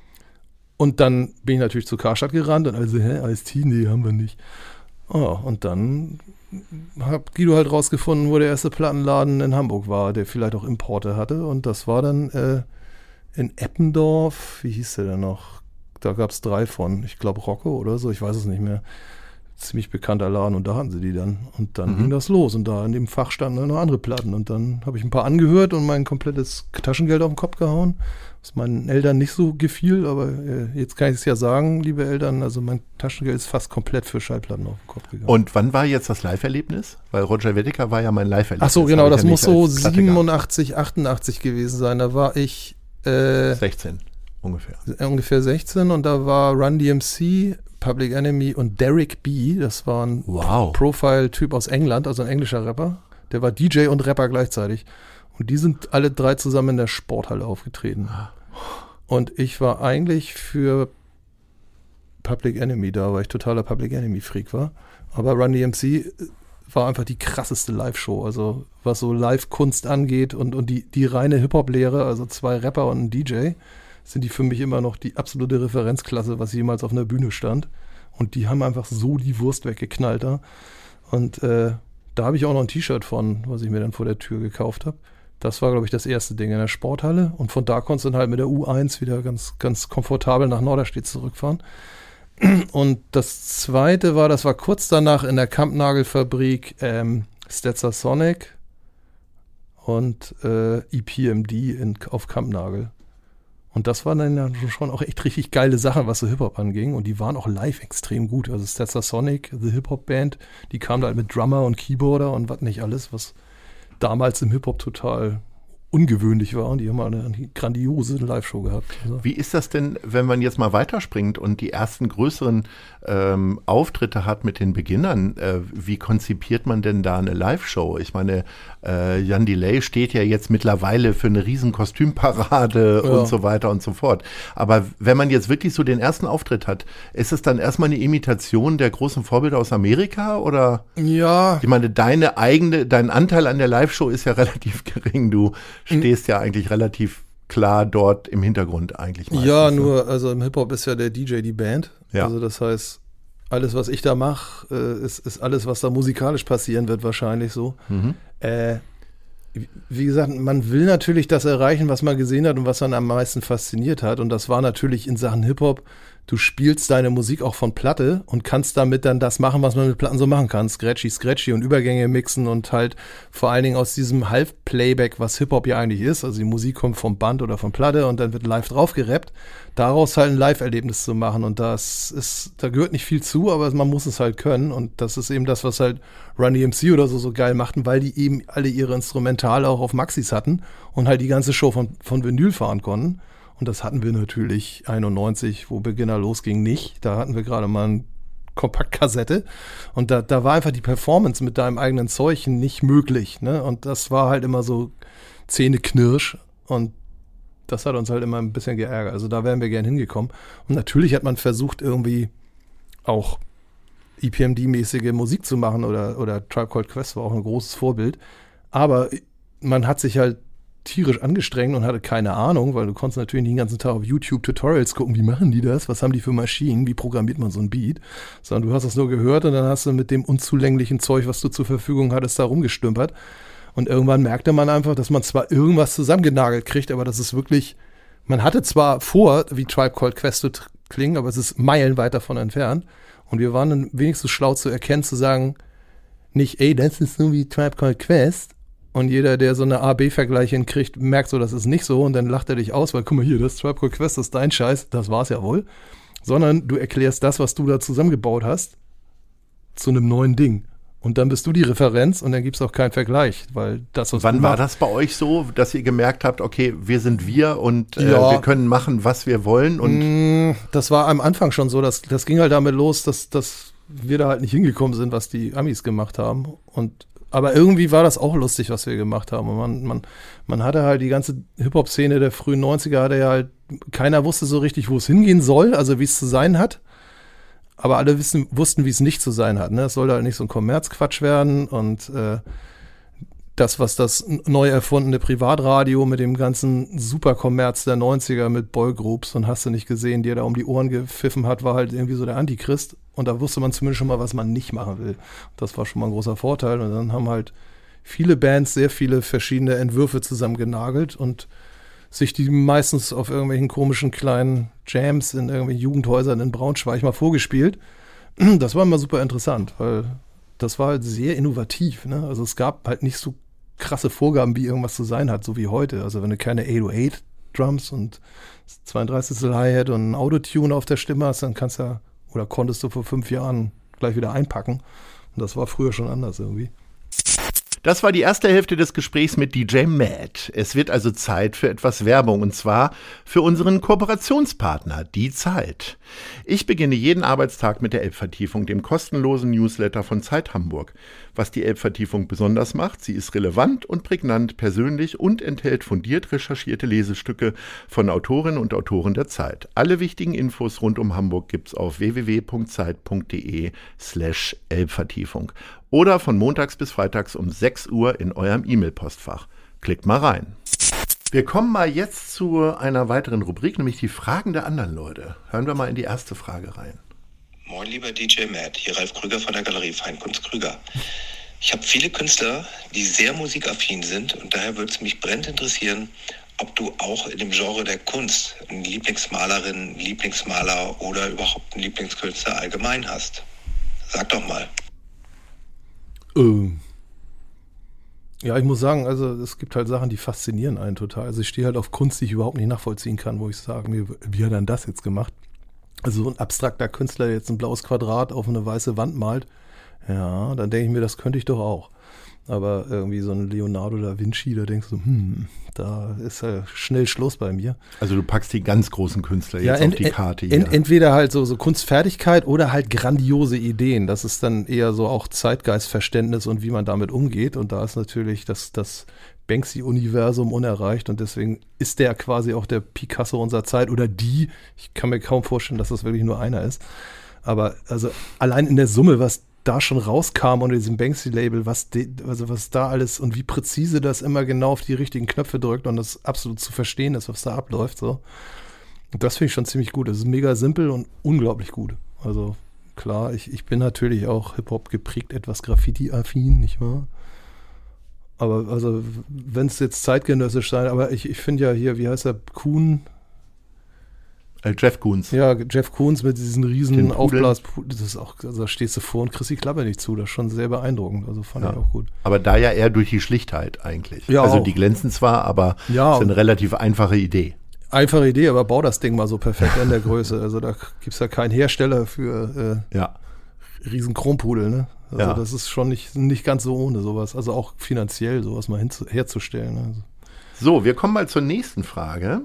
Und dann bin ich natürlich zu Karstadt gerannt und also, hä, Ice-T, nee, haben wir nicht. Oh, und dann hat Guido halt rausgefunden, wo der erste Plattenladen in Hamburg war, der vielleicht auch Importe hatte. Und das war dann äh, in Eppendorf, wie hieß der denn noch? Da gab es drei von, ich glaube Rocco oder so, ich weiß es nicht mehr. Ziemlich bekannter Laden und da hatten sie die dann. Und dann mhm. ging das los und da in dem Fach standen dann noch andere Platten. Und dann habe ich ein paar angehört und mein komplettes Taschengeld auf den Kopf gehauen, was meinen Eltern nicht so gefiel, aber äh, jetzt kann ich es ja sagen, liebe Eltern, also mein Taschengeld ist fast komplett für Schallplatten auf den Kopf gegangen. Und wann war jetzt das Live-Erlebnis? Weil Roger Whittaker war ja mein Live-Erlebnis. Ach so, genau, das, das ja muss so siebenundachtzig, achtundachtzig gewesen sein. Da war ich äh, sechzehn ungefähr. Ungefähr sechzehn und da war Run D M C, Public Enemy und Derek B. Das war ein wow. Profile-Typ aus England, also ein englischer Rapper. Der war D J und Rapper gleichzeitig. Und die sind alle drei zusammen in der Sporthalle aufgetreten. Und ich war eigentlich für Public Enemy da, weil ich totaler Public Enemy-Freak war. Aber Run D M C war einfach die krasseste Live-Show. Also was so Live-Kunst angeht und, und die, die reine Hip-Hop-Lehre, also zwei Rapper und ein D J, sind die für mich immer noch die absolute Referenzklasse, was jemals auf einer Bühne stand. Und die haben einfach so die Wurst weggeknallt da. Und äh, da habe ich auch noch ein T-Shirt von, was ich mir dann vor der Tür gekauft habe. Das war, glaube ich, das erste Ding in der Sporthalle. Und von da konntest du dann halt mit der U eins wieder ganz, ganz komfortabel nach Norderstedt zurückfahren. Und das zweite war, das war kurz danach in der Kampnagelfabrik, ähm, Stetsasonic und äh, E P M D in, auf Kampnagel. Und das waren dann ja schon auch echt richtig geile Sachen, was so Hip-Hop anging. Und die waren auch live extrem gut. Also Stetsasonic, the Hip-Hop-Band, die kam da halt mit Drummer und Keyboarder und was nicht alles, was damals im Hip-Hop total ungewöhnlich war. Und die haben mal eine grandiose Live-Show gehabt. Also. Wie ist das denn, wenn man jetzt mal weiterspringt und die ersten größeren ähm, Auftritte hat mit den Beginnern? Äh, wie konzipiert man denn da eine Live-Show? Ich meine, äh, Jan Delay steht ja jetzt mittlerweile für eine riesen Kostümparade ja. und so weiter und so fort. Aber wenn man jetzt wirklich so den ersten Auftritt hat, ist es dann erstmal eine Imitation der großen Vorbilder aus Amerika? Oder? Ja. Ich meine, deine eigene, dein Anteil an der Live-Show ist ja relativ gering. Du stehst ja eigentlich relativ klar dort im Hintergrund eigentlich meistens. Ja, nur, also im Hip-Hop ist ja der D J die Band. Ja. Also das heißt, alles, was ich da mache, äh, ist, ist alles, was da musikalisch passieren wird, wahrscheinlich so. Mhm. Äh, wie gesagt, man will natürlich das erreichen, was man gesehen hat und was man am meisten fasziniert hat. Und das war natürlich in Sachen Hip-Hop, du spielst deine Musik auch von Platte und kannst damit dann das machen, was man mit Platten so machen kann. Scratchy, Scratchy und Übergänge mixen und halt vor allen Dingen aus diesem Half-Playback, was Hip-Hop ja eigentlich ist. Also die Musik kommt vom Band oder von Platte und dann wird live drauf gerappt. Daraus halt ein Live-Erlebnis zu machen. Und das ist, da gehört nicht viel zu, aber man muss es halt können. Und das ist eben das, was halt Run D M C oder so so geil machten, weil die eben alle ihre Instrumentale auch auf Maxis hatten und halt die ganze Show von, von Vinyl fahren konnten. Und das hatten wir natürlich einundneunzig, wo Beginner losging, nicht. Da hatten wir gerade mal eine Kompaktkassette. Und da, da war einfach die Performance mit deinem eigenen Zeug nicht möglich. Ne? Und das war halt immer so Zähneknirsch. Und das hat uns halt immer ein bisschen geärgert. Also da wären wir gern hingekommen. Und natürlich hat man versucht, irgendwie auch E P M D-mäßige Musik zu machen. Oder, oder Tribe Called Quest war auch ein großes Vorbild. Aber man hat sich halt tierisch angestrengt und hatte keine Ahnung, weil du konntest natürlich nicht den ganzen Tag auf YouTube Tutorials gucken, wie machen die das, was haben die für Maschinen, wie programmiert man so ein Beat, sondern du hast das nur gehört und dann hast du mit dem unzulänglichen Zeug, was du zur Verfügung hattest, da rumgestümpert und irgendwann merkte man einfach, dass man zwar irgendwas zusammengenagelt kriegt, aber das ist wirklich, man hatte zwar vor, wie Tribe Called Quest zu klingen, aber es ist meilenweit davon entfernt und wir waren dann wenigstens schlau zu erkennen, zu sagen, nicht, ey, das ist so wie Tribe Called Quest. Und jeder, der so eine A B Vergleich hinkriegt, merkt so, das ist nicht so. Und dann lacht er dich aus, weil guck mal hier, das Tribe Called Quest, das ist dein Scheiß. Das war's ja wohl. Sondern du erklärst das, was du da zusammengebaut hast, zu einem neuen Ding. Und dann bist du die Referenz und dann gibt's auch keinen Vergleich. Weil das, was Wann war das bei euch so, dass ihr gemerkt habt, okay, wir sind wir und äh, ja. wir können machen, was wir wollen? Und das war am Anfang schon so. Das, das ging halt damit los, dass, dass wir da halt nicht hingekommen sind, was die Amis gemacht haben. Und aber irgendwie war das auch lustig, was wir gemacht haben. Und man, man, man hatte halt die ganze Hip-Hop-Szene der frühen neunziger, hatte ja halt, keiner wusste so richtig, wo es hingehen soll, also wie es zu sein hat. Aber alle wissen, wussten, wie es nicht zu sein hat. Ne? Es sollte halt nicht so ein Kommerzquatsch werden. Und äh, das, was das neu erfundene Privatradio mit dem ganzen Superkommerz der neunziger mit Boygroups und hast du nicht gesehen, der da um die Ohren gepfiffen hat, war halt irgendwie so der Antichrist. Und da wusste man zumindest schon mal, was man nicht machen will. Das war schon mal ein großer Vorteil. Und dann haben halt viele Bands sehr viele verschiedene Entwürfe zusammengenagelt und sich die meistens auf irgendwelchen komischen kleinen Jams in irgendwelchen Jugendhäusern in Braunschweig mal vorgespielt. Das war immer super interessant, weil das war halt sehr innovativ. Ne? Also es gab halt nicht so krasse Vorgaben, wie irgendwas zu sein hat, so wie heute. Also wenn du keine achthundertacht Drums und zweiunddreißigstel Hi-Hat und ein Autotune auf der Stimme hast, dann kannst du ja, oder konntest du vor fünf Jahren gleich wieder einpacken. Und das war früher schon anders irgendwie. Das war die erste Hälfte des Gesprächs mit D J Matt. Es wird also Zeit für etwas Werbung und zwar für unseren Kooperationspartner, Die Zeit. Ich beginne jeden Arbeitstag mit der Elbvertiefung, dem kostenlosen Newsletter von Zeit Hamburg. Was die Elbvertiefung besonders macht, sie ist relevant und prägnant, persönlich und enthält fundiert recherchierte Lesestücke von Autorinnen und Autoren der Zeit. Alle wichtigen Infos rund um Hamburg gibt's auf w w w punkt zeit punkt d e slash Elbvertiefung oder von montags bis freitags um sechs Uhr in eurem E-Mail-Postfach. Klickt mal rein. Wir kommen mal jetzt zu einer weiteren Rubrik, nämlich die Fragen der anderen Leute. Hören wir mal in die erste Frage rein. Moin lieber D J Matt, hier Ralf Krüger von der Galerie Feinkunst Krüger. Ich habe viele Künstler, die sehr musikaffin sind und daher würde es mich brennend interessieren, ob du auch in dem Genre der Kunst eine Lieblingsmalerin, Lieblingsmaler oder überhaupt einen Lieblingskünstler allgemein hast. Sag doch mal. Ähm. Ja, ich muss sagen, also es gibt halt Sachen, die faszinieren einen total. Also ich stehe halt auf Kunst, die ich überhaupt nicht nachvollziehen kann, wo ich sage mir, wie hat er denn das jetzt gemacht? Also so ein abstrakter Künstler, der jetzt ein blaues Quadrat auf eine weiße Wand malt, ja, dann denke ich mir, das könnte ich doch auch. Aber irgendwie so ein Leonardo da Vinci, da denkst du, hm, da ist ja schnell Schluss bei mir. Also du packst die ganz großen Künstler jetzt ja, ent, auf die Karte ent, hier. Entweder halt so, so Kunstfertigkeit oder halt grandiose Ideen. Das ist dann eher so auch Zeitgeistverständnis und wie man damit umgeht. Und da ist natürlich das, das Banksy-Universum unerreicht und deswegen ist der quasi auch der Picasso unserer Zeit oder die. Ich kann mir kaum vorstellen, dass das wirklich nur einer ist. Aber also allein in der Summe, was da schon rauskam unter diesem Banksy-Label, was, de, also was da alles und wie präzise das immer genau auf die richtigen Knöpfe drückt und das absolut zu verstehen ist, was da abläuft. So. Und das finde ich schon ziemlich gut. Das ist mega simpel und unglaublich gut. Also klar, ich, ich bin natürlich auch Hip-Hop geprägt, etwas Graffiti-affin, nicht wahr? Aber also, wenn es jetzt zeitgenössisch sein, aber ich, ich finde ja hier, wie heißt der, Kuhn? Äh, Jeff Koons. Ja, Jeff Koons mit diesen riesen Aufblas, das ist auch, also da stehst du vor und kriegst die Klappe nicht zu, das ist schon sehr beeindruckend, also fand ja. ich auch gut. Aber da ja eher durch die Schlichtheit eigentlich. Ja, also auch. Die glänzen zwar, aber es ja, ist eine relativ einfache Idee. Einfache Idee, aber bau das Ding mal so perfekt in der Größe, also da gibt es ja keinen Hersteller für äh, ja. riesen Chrompudel, ne? Also ja. das ist schon nicht, nicht ganz so ohne sowas, also auch finanziell sowas mal hinzu, herzustellen. Also. So, wir kommen mal zur nächsten Frage.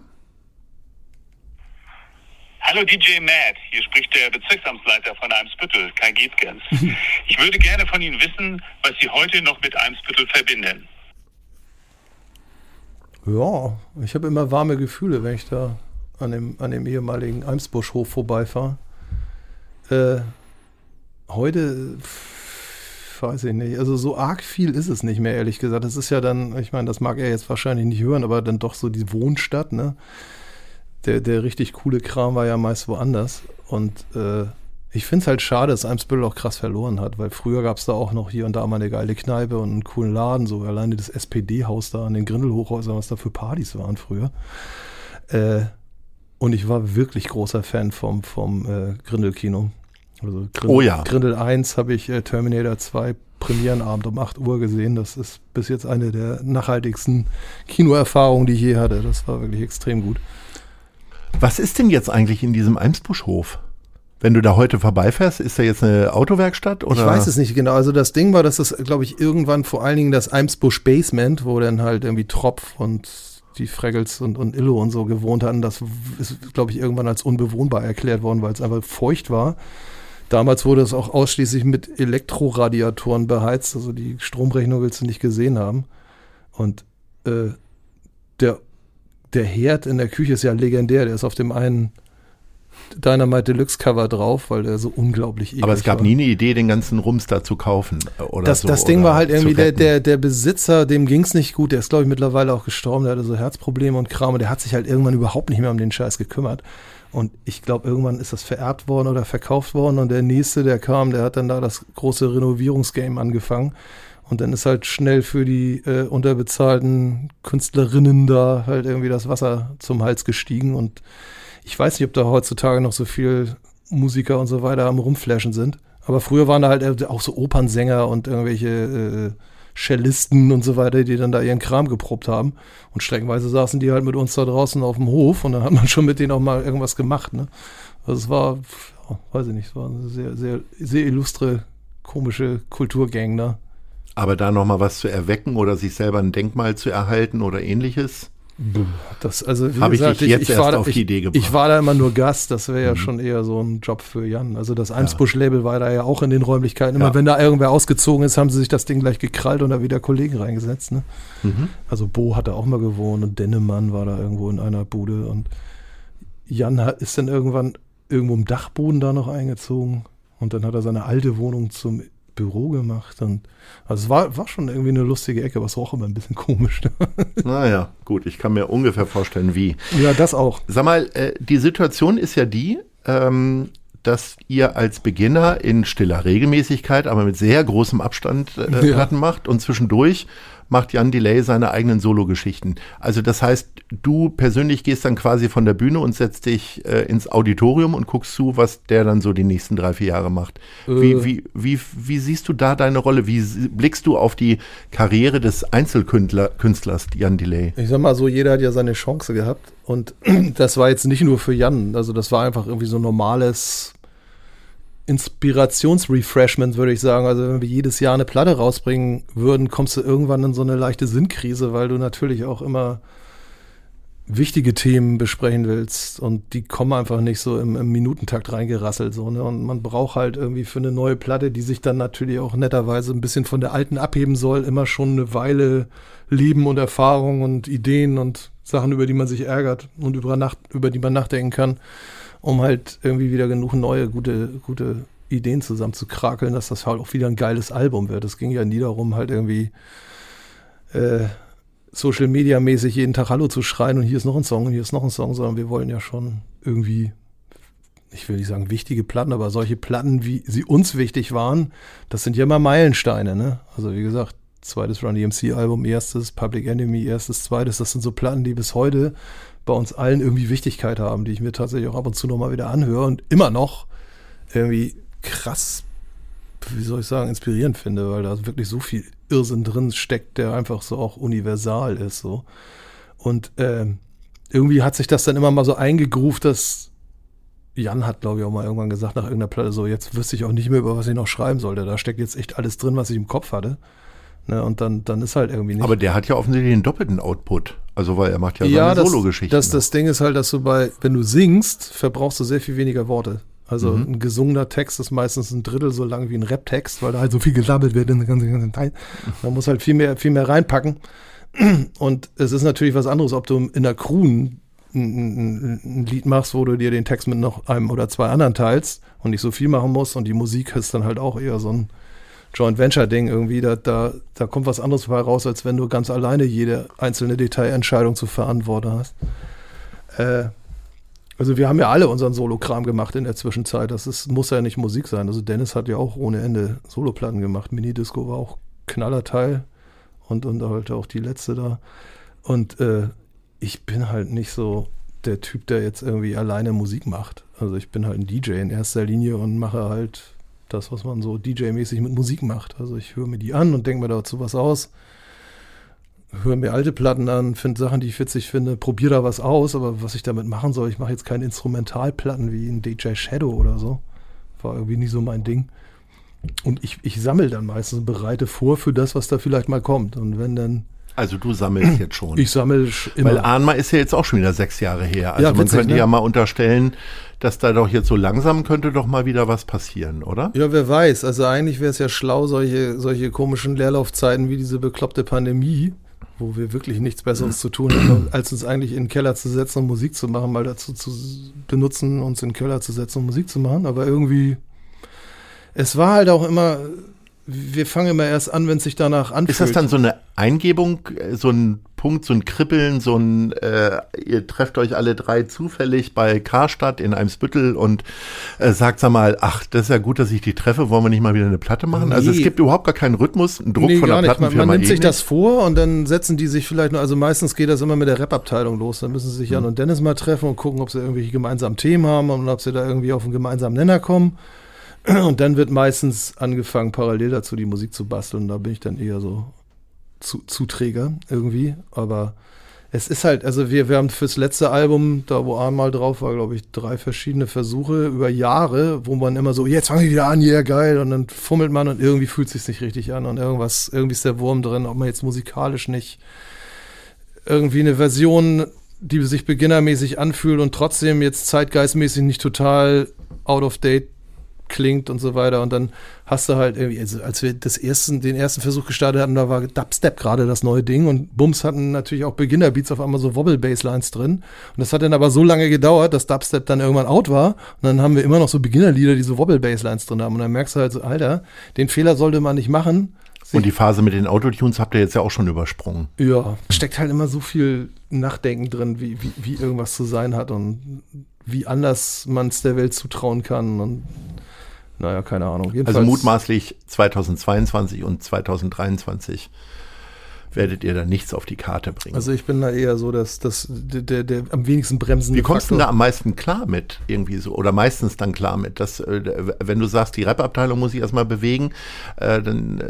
Hallo D J Matt, hier spricht der Bezirksamtsleiter von Eimsbüttel, Kai Geetgens. Ich würde gerne von Ihnen wissen, was Sie heute noch mit Eimsbüttel verbinden. Ja, ich habe immer warme Gefühle, wenn ich da an dem, an dem ehemaligen Eimsbuschhof vorbeifahre. Äh, heute, pff, weiß ich nicht, also so arg viel ist es nicht mehr, ehrlich gesagt. Das ist ja dann, ich meine, das mag er jetzt wahrscheinlich nicht hören, aber dann doch so die Wohnstadt, ne? Der, der richtig coole Kram war ja meist woanders. Und äh, ich finde es halt schade, dass Eimsbüttel auch krass verloren hat, weil früher gab es da auch noch hier und da mal eine geile Kneipe und einen coolen Laden, so alleine das S P D-Haus da an den Grindelhochhäusern, was da für Partys waren früher. Äh, und ich war wirklich großer Fan vom, vom äh, Grindel-Kino. Also Grindel, oh ja. Grindel eins habe ich äh, Terminator zwei Premierenabend um acht Uhr gesehen. Das ist bis jetzt eine der nachhaltigsten Kinoerfahrungen, die ich je hatte. Das war wirklich extrem gut. Was ist denn jetzt eigentlich in diesem Eimsbuschhof? Wenn du da heute vorbeifährst, ist da jetzt eine Autowerkstatt? Oder? Ich weiß es nicht genau. Also das Ding war, dass das, glaube ich, irgendwann vor allen Dingen das Eimsbusch Basement, wo dann halt irgendwie Tropf und die Fraggles und, und Illo und so gewohnt hatten, das ist, glaube ich, irgendwann als unbewohnbar erklärt worden, weil es einfach feucht war. Damals wurde es auch ausschließlich mit Elektroradiatoren beheizt, also die Stromrechnung willst du nicht gesehen haben. Und äh, der Der Herd in der Küche ist ja legendär. Der ist auf dem einen Dynamite Deluxe Cover drauf, weil der so unglaublich eklig war. Aber es gab war. nie eine Idee, den ganzen Rums da zu kaufen oder das, so. Das Ding war halt irgendwie, der, der, der, der Besitzer, dem ging es nicht gut. Der ist, glaube ich, mittlerweile auch gestorben. Der hatte so Herzprobleme und Kram. Und der hat sich halt irgendwann überhaupt nicht mehr um den Scheiß gekümmert. Und ich glaube, irgendwann ist das vererbt worden oder verkauft worden. Und der Nächste, der kam, der hat dann da das große Renovierungsgame angefangen. Und dann ist halt schnell für die äh, unterbezahlten Künstlerinnen da halt irgendwie das Wasser zum Hals gestiegen. Und ich weiß nicht, ob da heutzutage noch so viel Musiker und so weiter am Rumflashen sind. Aber früher waren da halt auch so Opernsänger und irgendwelche äh, Cellisten und so weiter, die dann da ihren Kram geprobt haben. Und streckenweise saßen die halt mit uns da draußen auf dem Hof und dann hat man schon mit denen auch mal irgendwas gemacht. Ne? Also es war, ja, weiß ich nicht, es war eine sehr, sehr, sehr illustre, komische Kulturgang da. Aber da nochmal was zu erwecken oder sich selber ein Denkmal zu erhalten oder ähnliches? Das, also wie Habe ich gesagt, dich jetzt ich, ich erst war da, auf die ich, Idee gebracht. Ich war da immer nur Gast, das wäre ja Mhm. schon eher so ein Job für Jan. Also das Eimsbusch-Label war da ja auch in den Räumlichkeiten. Immer Ja. wenn da irgendwer ausgezogen ist, haben sie sich das Ding gleich gekrallt und da wieder Kollegen reingesetzt. Ne? Mhm. Also Bo hat da auch mal gewohnt und Dennemann war da irgendwo in einer Bude und Jan hat, ist dann irgendwann irgendwo im Dachboden da noch eingezogen und dann hat er seine alte Wohnung zum Büro gemacht und also es war, war schon irgendwie eine lustige Ecke, aber es war auch immer ein bisschen komisch. Ne? Naja, gut, ich kann mir ungefähr vorstellen, wie. Ja, das auch. Sag mal, äh, die Situation ist ja die, ähm, dass ihr als Beginner in stiller Regelmäßigkeit, aber mit sehr großem Abstand äh, Ja. Platten macht und zwischendurch macht Jan Delay seine eigenen Solo-Geschichten. Also das heißt, du persönlich gehst dann quasi von der Bühne und setzt dich äh, ins Auditorium und guckst zu, was der dann so die nächsten drei, vier Jahre macht. Wie, Äh. wie, wie, wie siehst du da deine Rolle? Wie s- blickst du auf die Karriere des Einzelkünstlers Jan Delay? Ich sag mal so, jeder hat ja seine Chance gehabt und das war jetzt nicht nur für Jan, also das war einfach irgendwie so normales Inspirationsrefreshment, würde ich sagen. Also wenn wir jedes Jahr eine Platte rausbringen würden, kommst du irgendwann in so eine leichte Sinnkrise, weil du natürlich auch immer wichtige Themen besprechen willst und die kommen einfach nicht so im, im Minutentakt reingerasselt. So, ne? Und man braucht halt irgendwie für eine neue Platte, die sich dann natürlich auch netterweise ein bisschen von der alten abheben soll, immer schon eine Weile Leben und Erfahrung und Ideen und Sachen, über die man sich ärgert und über, Nacht, über die man nachdenken kann, um halt irgendwie wieder genug neue, gute, gute Ideen zusammen zu krakeln, dass das halt auch wieder ein geiles Album wird. Es ging ja nie darum, halt irgendwie äh, Social-Media-mäßig jeden Tag Hallo zu schreien und hier ist noch ein Song und hier ist noch ein Song, sondern wir wollen ja schon irgendwie, ich will nicht sagen wichtige Platten, aber solche Platten, wie sie uns wichtig waren, das sind ja immer Meilensteine, ne? Also wie gesagt, zweites Run D M C-Album, erstes, Public Enemy, erstes, zweites, das sind so Platten, die bis heute bei uns allen irgendwie Wichtigkeit haben, die ich mir tatsächlich auch ab und zu nochmal wieder anhöre und immer noch irgendwie krass, wie soll ich sagen, inspirierend finde, weil da wirklich so viel Irrsinn drin steckt, der einfach so auch universal ist. So. Und ähm, irgendwie hat sich das dann immer mal so eingegruft, dass Jan hat, glaube ich, auch mal irgendwann gesagt nach irgendeiner Platte, so jetzt wüsste ich auch nicht mehr, über was ich noch schreiben sollte. Da steckt jetzt echt alles drin, was ich im Kopf hatte. Ne, und dann, dann ist halt irgendwie nicht. Aber der hat ja offensichtlich einen doppelten Output. Also weil er macht ja, ja, seine das, Solo-Geschichten. das, das Ding ist halt, dass du bei, wenn du singst, verbrauchst du sehr viel weniger Worte. Also Mhm. ein gesungener Text ist meistens ein Drittel so lang wie ein Rap-Text, weil da halt so viel gelabbelt wird in den ganzen, ganzen Teil. Man muss halt viel mehr, viel mehr reinpacken. Und es ist natürlich was anderes, ob du in der Crew ein, ein, ein Lied machst, wo du dir den Text mit noch einem oder zwei anderen teilst und nicht so viel machen musst und die Musik ist dann halt auch eher so ein Joint-Venture-Ding irgendwie, da, da, da kommt was anderes bei raus, als wenn du ganz alleine jede einzelne Detailentscheidung zu verantworten hast. Äh, also wir haben ja alle unseren Solo-Kram gemacht in der Zwischenzeit, das ist, muss ja nicht Musik sein, also Dennis hat ja auch ohne Ende Soloplatten gemacht, Minidisco war auch Knallerteil und, und halt auch die letzte da und äh, ich bin halt nicht so der Typ, der jetzt irgendwie alleine Musik macht, also ich bin halt ein D J in erster Linie und mache halt das, was man so D J-mäßig mit Musik macht. Also ich höre mir die an und denke mir dazu was aus. Höre mir alte Platten an, finde Sachen, die ich witzig finde, probiere da was aus, aber was ich damit machen soll, ich mache jetzt keine Instrumentalplatten wie ein D J Shadow oder so. War irgendwie nicht so mein Ding. Und ich, ich sammle dann meistens und bereite vor für das, was da vielleicht mal kommt. Und wenn dann... Also du sammelst jetzt schon. Ich sammle immer. Weil Ahnma ist ja jetzt auch schon wieder sechs Jahre her. Also Ja, man witzig, könnte ne? ja mal unterstellen, dass da doch jetzt so langsam könnte doch mal wieder was passieren, oder? Ja, wer weiß. Also eigentlich wäre es ja schlau, solche, solche komischen Leerlaufzeiten wie diese bekloppte Pandemie, wo wir wirklich nichts Besseres zu tun haben, als uns eigentlich in den Keller zu setzen und Musik zu machen, mal dazu zu benutzen, uns in den Keller zu setzen und Musik zu machen. Aber irgendwie, es war halt auch immer, wir fangen immer erst an, wenn es sich danach anfühlt. Ist das dann so eine Eingebung, äh, so ein Punkt, so ein Kribbeln, so ein, äh, ihr trefft euch alle drei zufällig bei Karstadt in Eimsbüttel und äh, sagt, sag mal, ach, das ist ja gut, dass ich die treffe, wollen wir nicht mal wieder eine Platte machen? Nee. Also es gibt überhaupt gar keinen Rhythmus, einen Druck Nee, von gar der nicht. Man, Plattenfirma. man nimmt eh sich nicht. das vor und dann setzen die sich vielleicht nur, also meistens geht das immer mit der Rap-Abteilung los. Dann müssen sie sich Jan und Dennis mal treffen und gucken, ob sie irgendwelche gemeinsamen Themen haben und ob sie da irgendwie auf einen gemeinsamen Nenner kommen. Und dann wird meistens angefangen, parallel dazu die Musik zu basteln. Da bin ich dann eher so zu, Zuträger irgendwie. Aber es ist halt, also wir, wir haben fürs letzte Album, da wo einmal drauf war, glaube ich, drei verschiedene Versuche über Jahre, wo man immer so, jetzt fange ich wieder an, ja yeah, geil. Und dann fummelt man und irgendwie fühlt es sich nicht richtig an. Und irgendwas, irgendwie ist der Wurm drin, ob man jetzt musikalisch nicht irgendwie eine Version, die sich beginnermäßig anfühlt und trotzdem jetzt zeitgeistmäßig nicht total out of date klingt und so weiter. Und dann hast du halt irgendwie, also als wir das ersten, den ersten Versuch gestartet hatten, da war Dubstep gerade das neue Ding und Bums hatten natürlich auch Beginner-Beats auf einmal so Wobble-Basslines drin. Und das hat dann aber so lange gedauert, dass Dubstep dann irgendwann out war. Und dann haben wir immer noch so Beginner-Lieder, die so Wobble-Basslines drin haben. Und dann merkst du halt so, Alter, den Fehler sollte man nicht machen. Und die Phase mit den Autotunes habt ihr jetzt ja auch schon übersprungen. Ja, steckt halt immer so viel Nachdenken drin, wie, wie, wie irgendwas zu sein hat und wie anders man es der Welt zutrauen kann und naja, keine Ahnung. Jedenfalls, also mutmaßlich zweitausendzweiundzwanzig und zweitausenddreiundzwanzig werdet ihr da nichts auf die Karte bringen. Also ich bin da eher so, dass, dass der, der, der am wenigsten bremsende Wie kommst du Faktor. denn da am meisten klar mit irgendwie so oder meistens dann klar mit, dass äh, wenn du sagst, die Rap-Abteilung muss ich erstmal bewegen, äh, dann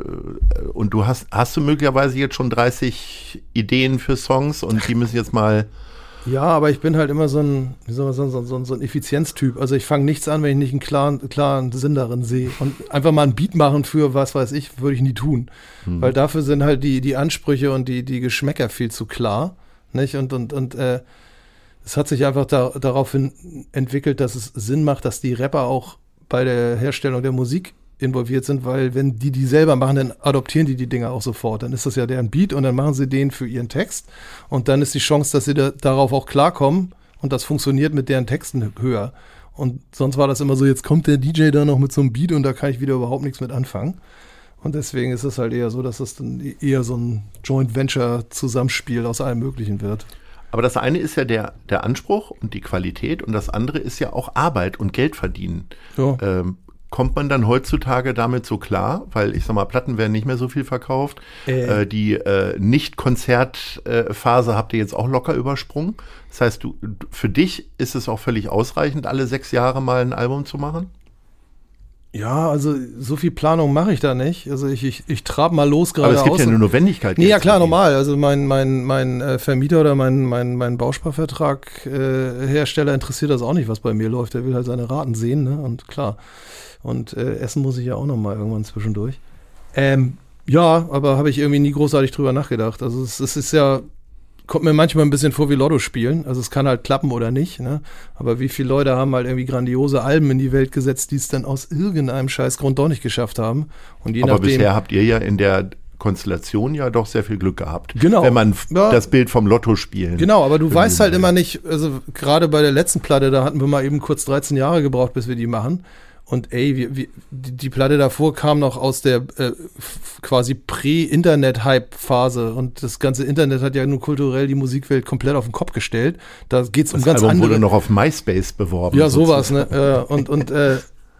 äh, und du hast hast du möglicherweise jetzt schon dreißig Ideen für Songs und die müssen jetzt mal. Ja, aber ich bin halt immer so ein, wie soll man sagen, so, so, so ein Effizienztyp. Also ich fange nichts an, wenn ich nicht einen klaren, klaren Sinn darin sehe. Und einfach mal ein Beat machen für was weiß ich, würde ich nie tun. Hm. Weil dafür sind halt die, die Ansprüche und die, die Geschmäcker viel zu klar. Nicht? Und, und, und äh, es hat sich einfach da, daraufhin entwickelt, dass es Sinn macht, dass die Rapper auch bei der Herstellung der Musik involviert sind, weil wenn die die selber machen, dann adoptieren die die Dinger auch sofort. Dann ist das ja deren Beat und dann machen sie den für ihren Text und dann ist die Chance, dass sie da, darauf auch klarkommen und das funktioniert mit deren Texten höher. Und sonst war das immer so, jetzt kommt der D J da noch mit so einem Beat und da kann ich wieder überhaupt nichts mit anfangen. Und deswegen ist es halt eher so, dass es dann eher so ein Joint-Venture-Zusammenspiel aus allem Möglichen wird. Aber das eine ist ja der, der Anspruch und die Qualität und das andere ist ja auch Arbeit und Geld verdienen. Ja. Ähm, Kommt man dann heutzutage damit so klar? Weil ich sag mal, Platten werden nicht mehr so viel verkauft. Äh. Äh, die äh, Nicht-Konzert-Phase habt ihr jetzt auch locker übersprungen. Das heißt, du, für dich ist es auch völlig ausreichend, alle sechs Jahre mal ein Album zu machen? Ja, also so viel Planung mache ich da nicht. Also ich, ich, ich trab mal los gerade. Aber es gibt aus ja eine Notwendigkeit. Nee, ja klar, normal. Also mein, mein, mein äh, Vermieter oder mein, mein, mein Bausparvertrag äh, Hersteller interessiert das auch nicht, was bei mir läuft. Der will halt seine Raten sehen, ne? Und klar. Und äh, essen muss ich ja auch noch mal irgendwann zwischendurch. Ähm, ja, aber habe ich irgendwie nie großartig drüber nachgedacht. Also es, es ist ja, kommt mir manchmal ein bisschen vor wie Lotto spielen. Also es kann halt klappen oder nicht, ne? Aber wie viele Leute haben halt irgendwie grandiose Alben in die Welt gesetzt, die es dann aus irgendeinem Scheißgrund doch nicht geschafft haben. Und je aber nachdem, bisher habt ihr ja in der Konstellation ja doch sehr viel Glück gehabt. Genau. Wenn man ja. das Bild vom Lotto spielen. Genau, aber du weißt halt immer nicht, also gerade bei der letzten Platte, da hatten wir mal eben kurz dreizehn Jahre gebraucht, bis wir die machen. Und ey, wir, wir, die, die Platte davor kam noch aus der äh, f- quasi Prä-Internet-Hype-Phase und das ganze Internet hat ja nur kulturell die Musikwelt komplett auf den Kopf gestellt. Da geht's um das ganz Album andere. wurde noch auf MySpace beworben. Ja, sowas, ne? Äh, und und äh,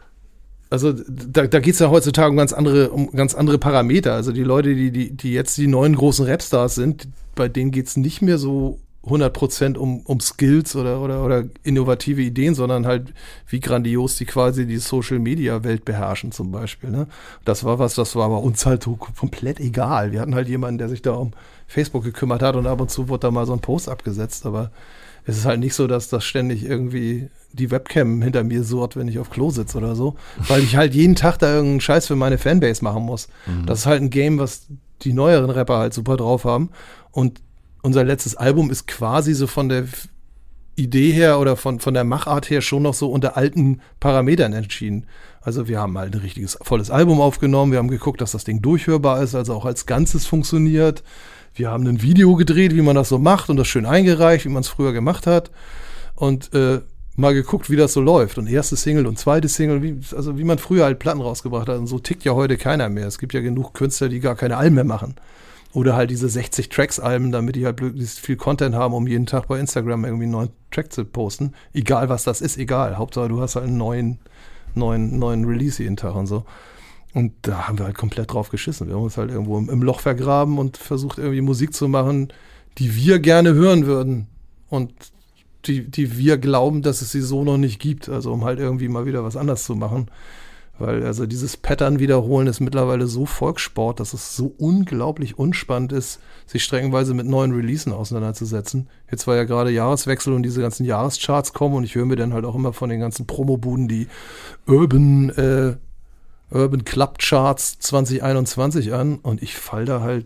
also da, da geht's ja heutzutage um ganz andere, um ganz andere Parameter. Also die Leute, die, die, die jetzt die neuen großen Rapstars sind, bei denen geht's nicht mehr so hundert Prozent um, um Skills oder, oder, oder innovative Ideen, sondern halt wie grandios die quasi die Social-Media-Welt beherrschen zum Beispiel. Ne? Das war was, das war aber uns halt so komplett egal. Wir hatten halt jemanden, der sich da um Facebook gekümmert hat und ab und zu wurde da mal so ein Post abgesetzt, aber es ist halt nicht so, dass das ständig irgendwie die Webcam hinter mir surrt, wenn ich auf Klo sitze oder so, weil ich halt jeden Tag da irgendeinen Scheiß für meine Fanbase machen muss. Mhm. Das ist halt ein Game, was die neueren Rapper halt super drauf haben und unser letztes Album ist quasi so von der Idee her oder von, von der Machart her schon noch so unter alten Parametern entschieden. Also wir haben halt ein richtiges, volles Album aufgenommen, wir haben geguckt, dass das Ding durchhörbar ist, also auch als Ganzes funktioniert. Wir haben ein Video gedreht, wie man das so macht und das schön eingereicht, wie man es früher gemacht hat und äh, mal geguckt, wie das so läuft. Und erste Single und zweite Single, wie, also wie man früher halt Platten rausgebracht hat. Und so tickt ja heute keiner mehr. Es gibt ja genug Künstler, die gar keine Alben mehr machen. Oder halt diese sechzig Tracks-Alben, damit die halt möglichst viel Content haben, um jeden Tag bei Instagram irgendwie einen neuen Track zu posten. Egal, was das ist, egal. Hauptsache, du hast halt einen neuen, neuen, neuen Release jeden Tag und so. Und da haben wir halt komplett drauf geschissen. Wir haben uns halt irgendwo im, im Loch vergraben und versucht, irgendwie Musik zu machen, die wir gerne hören würden. Und die, die wir glauben, dass es sie so noch nicht gibt. Also um halt irgendwie mal wieder was anderes zu machen. Weil also dieses Pattern wiederholen ist mittlerweile so Volkssport, dass es so unglaublich unspannend ist, sich streckenweise mit neuen Releasen auseinanderzusetzen. Jetzt war ja gerade Jahreswechsel und diese ganzen Jahrescharts kommen und ich höre mir dann halt auch immer von den ganzen Promobuden die Urban, äh, Urban Club Charts zwanzig einundzwanzig an und ich fall da halt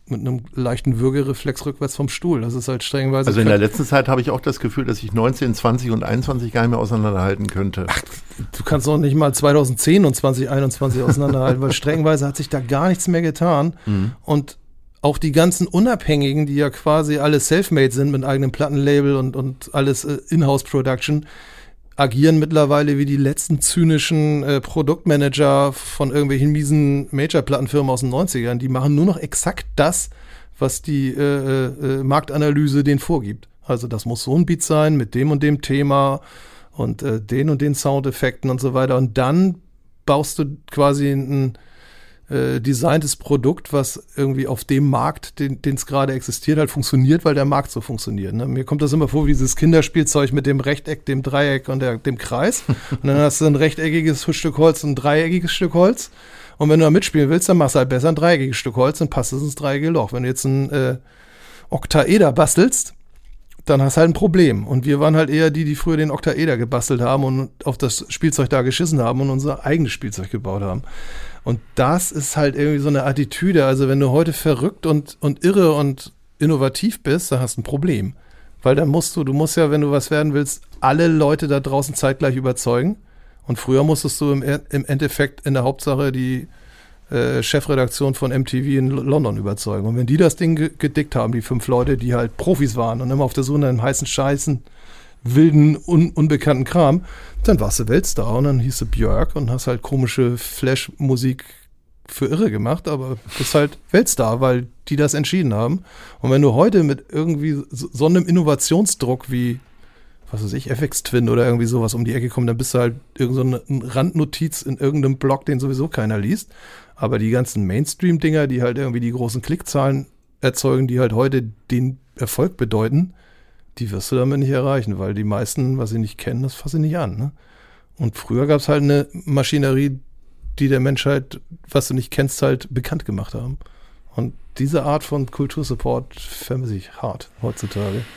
mit einem leichten Würgereflex rückwärts vom Stuhl. Das ist halt strengweise... Also in der letzten Zeit habe ich auch das Gefühl, dass ich neunzehn, zwanzig und einundzwanzig gar nicht mehr auseinanderhalten könnte. Ach, du kannst auch nicht mal zweitausendzehn und zwanzig einundzwanzig auseinanderhalten, weil strengweise hat sich da gar nichts mehr getan. Mhm. Und auch die ganzen Unabhängigen, die ja quasi alle self-made sind mit eigenem Plattenlabel und, und alles äh, In-House-Production, agieren mittlerweile wie die letzten zynischen äh, Produktmanager von irgendwelchen miesen Major-Plattenfirmen aus den neunzigern. Die machen nur noch exakt das, was die äh, äh, Marktanalyse denen vorgibt. Also das muss so ein Beat sein mit dem und dem Thema und äh, den und den Soundeffekten und so weiter. Und dann baust du quasi ein äh, designtes Produkt, was irgendwie auf dem Markt, den es gerade existiert, halt funktioniert, weil der Markt so funktioniert. Ne? Mir kommt das immer vor wie dieses Kinderspielzeug mit dem Rechteck, dem Dreieck und der, dem Kreis. Und dann hast du ein rechteckiges Stück Holz und ein dreieckiges Stück Holz. Und wenn du da mitspielen willst, dann machst du halt besser ein dreieckiges Stück Holz und passt es ins dreieckige Loch. Wenn du jetzt ein äh, Oktaeder bastelst, dann hast du halt ein Problem. Und wir waren halt eher die, die früher den Oktaeder gebastelt haben und auf das Spielzeug da geschissen haben und unser eigenes Spielzeug gebaut haben. Und das ist halt irgendwie so eine Attitüde. Also wenn du heute verrückt und, und irre und innovativ bist, dann hast du ein Problem. Weil dann musst du, du musst ja, wenn du was werden willst, alle Leute da draußen zeitgleich überzeugen. Und früher musstest du im, im Endeffekt in der Hauptsache die äh, Chefredaktion von M T V in London überzeugen. Und wenn die das Ding ge- gedickt haben, die fünf Leute, die halt Profis waren und immer auf der Suche nach einem heißen Scheißen, wilden, un- unbekannten Kram, dann warst du Weltstar und dann hieß du Björk und hast halt komische Flash-Musik für irre gemacht, aber bist halt Weltstar, weil die das entschieden haben. Und wenn du heute mit irgendwie so, so einem Innovationsdruck wie, was weiß ich, F X Twin oder irgendwie sowas um die Ecke kommst, dann bist du halt irgendeine so Randnotiz in irgendeinem Blog, den sowieso keiner liest. Aber die ganzen Mainstream-Dinger, die halt irgendwie die großen Klickzahlen erzeugen, die halt heute den Erfolg bedeuten, die wirst du damit nicht erreichen, weil die meisten, was sie nicht kennen, das fassen sie nicht an. Ne? Und früher gab es halt eine Maschinerie, die der Menschheit, was du nicht kennst, halt bekannt gemacht haben. Und diese Art von Kultursupport vermisse ich hart heutzutage.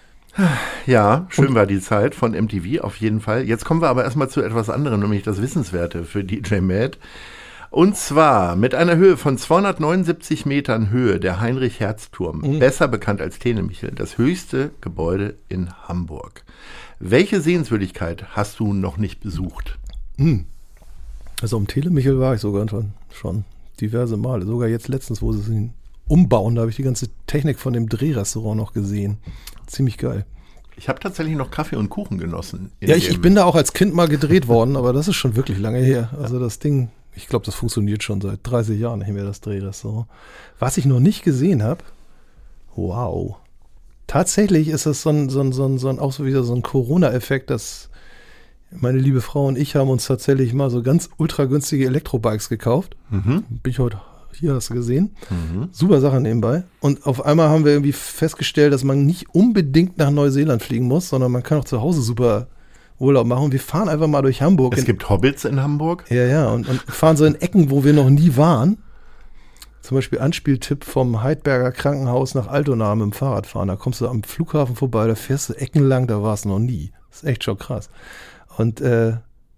Ja, schön Und, war die Zeit von M T V auf jeden Fall. Jetzt kommen wir aber erstmal zu etwas anderem, nämlich das Wissenswerte für D J Matt. Und zwar mit einer Höhe von zweihundertneunundsiebzig Metern Höhe, der Heinrich-Hertz-Turm, mhm. besser bekannt als Telemichel, das höchste Gebäude in Hamburg. Welche Sehenswürdigkeit hast du noch nicht besucht? Mhm. Also um Telemichel war ich sogar schon, schon diverse Male. Sogar jetzt letztens, wo sie es umbauen, da habe ich die ganze Technik von dem Drehrestaurant noch gesehen. Ziemlich geil. Ich habe tatsächlich noch Kaffee und Kuchen genossen. Ja, ich, ich bin da auch als Kind mal gedreht worden, aber das ist schon wirklich lange her. Also das Ding, ich glaube, das funktioniert schon seit dreißig Jahren nicht mehr, das Drehrestaurant. Was ich noch nicht gesehen habe, wow. Tatsächlich ist das so ein, so ein, so ein, so ein auch so wieder so ein Corona-Effekt, dass meine liebe Frau und ich haben uns tatsächlich mal so ganz ultra günstige Elektrobikes gekauft. Mhm. Bin ich heute hier, hast du gesehen. Mhm. Super Sache nebenbei. Und auf einmal haben wir irgendwie festgestellt, dass man nicht unbedingt nach Neuseeland fliegen muss, sondern man kann auch zu Hause super Urlaub machen. Und wir fahren einfach mal durch Hamburg. Es in, gibt Hobbits in Hamburg. Ja, ja. Und, und fahren so in Ecken, wo wir noch nie waren. Zum Beispiel Anspieltipp vom Heidberger Krankenhaus nach Altona mit dem Fahrradfahren. Da kommst du am Flughafen vorbei, da fährst du Ecken lang, da warst du noch nie. Das ist echt schon krass. Und äh,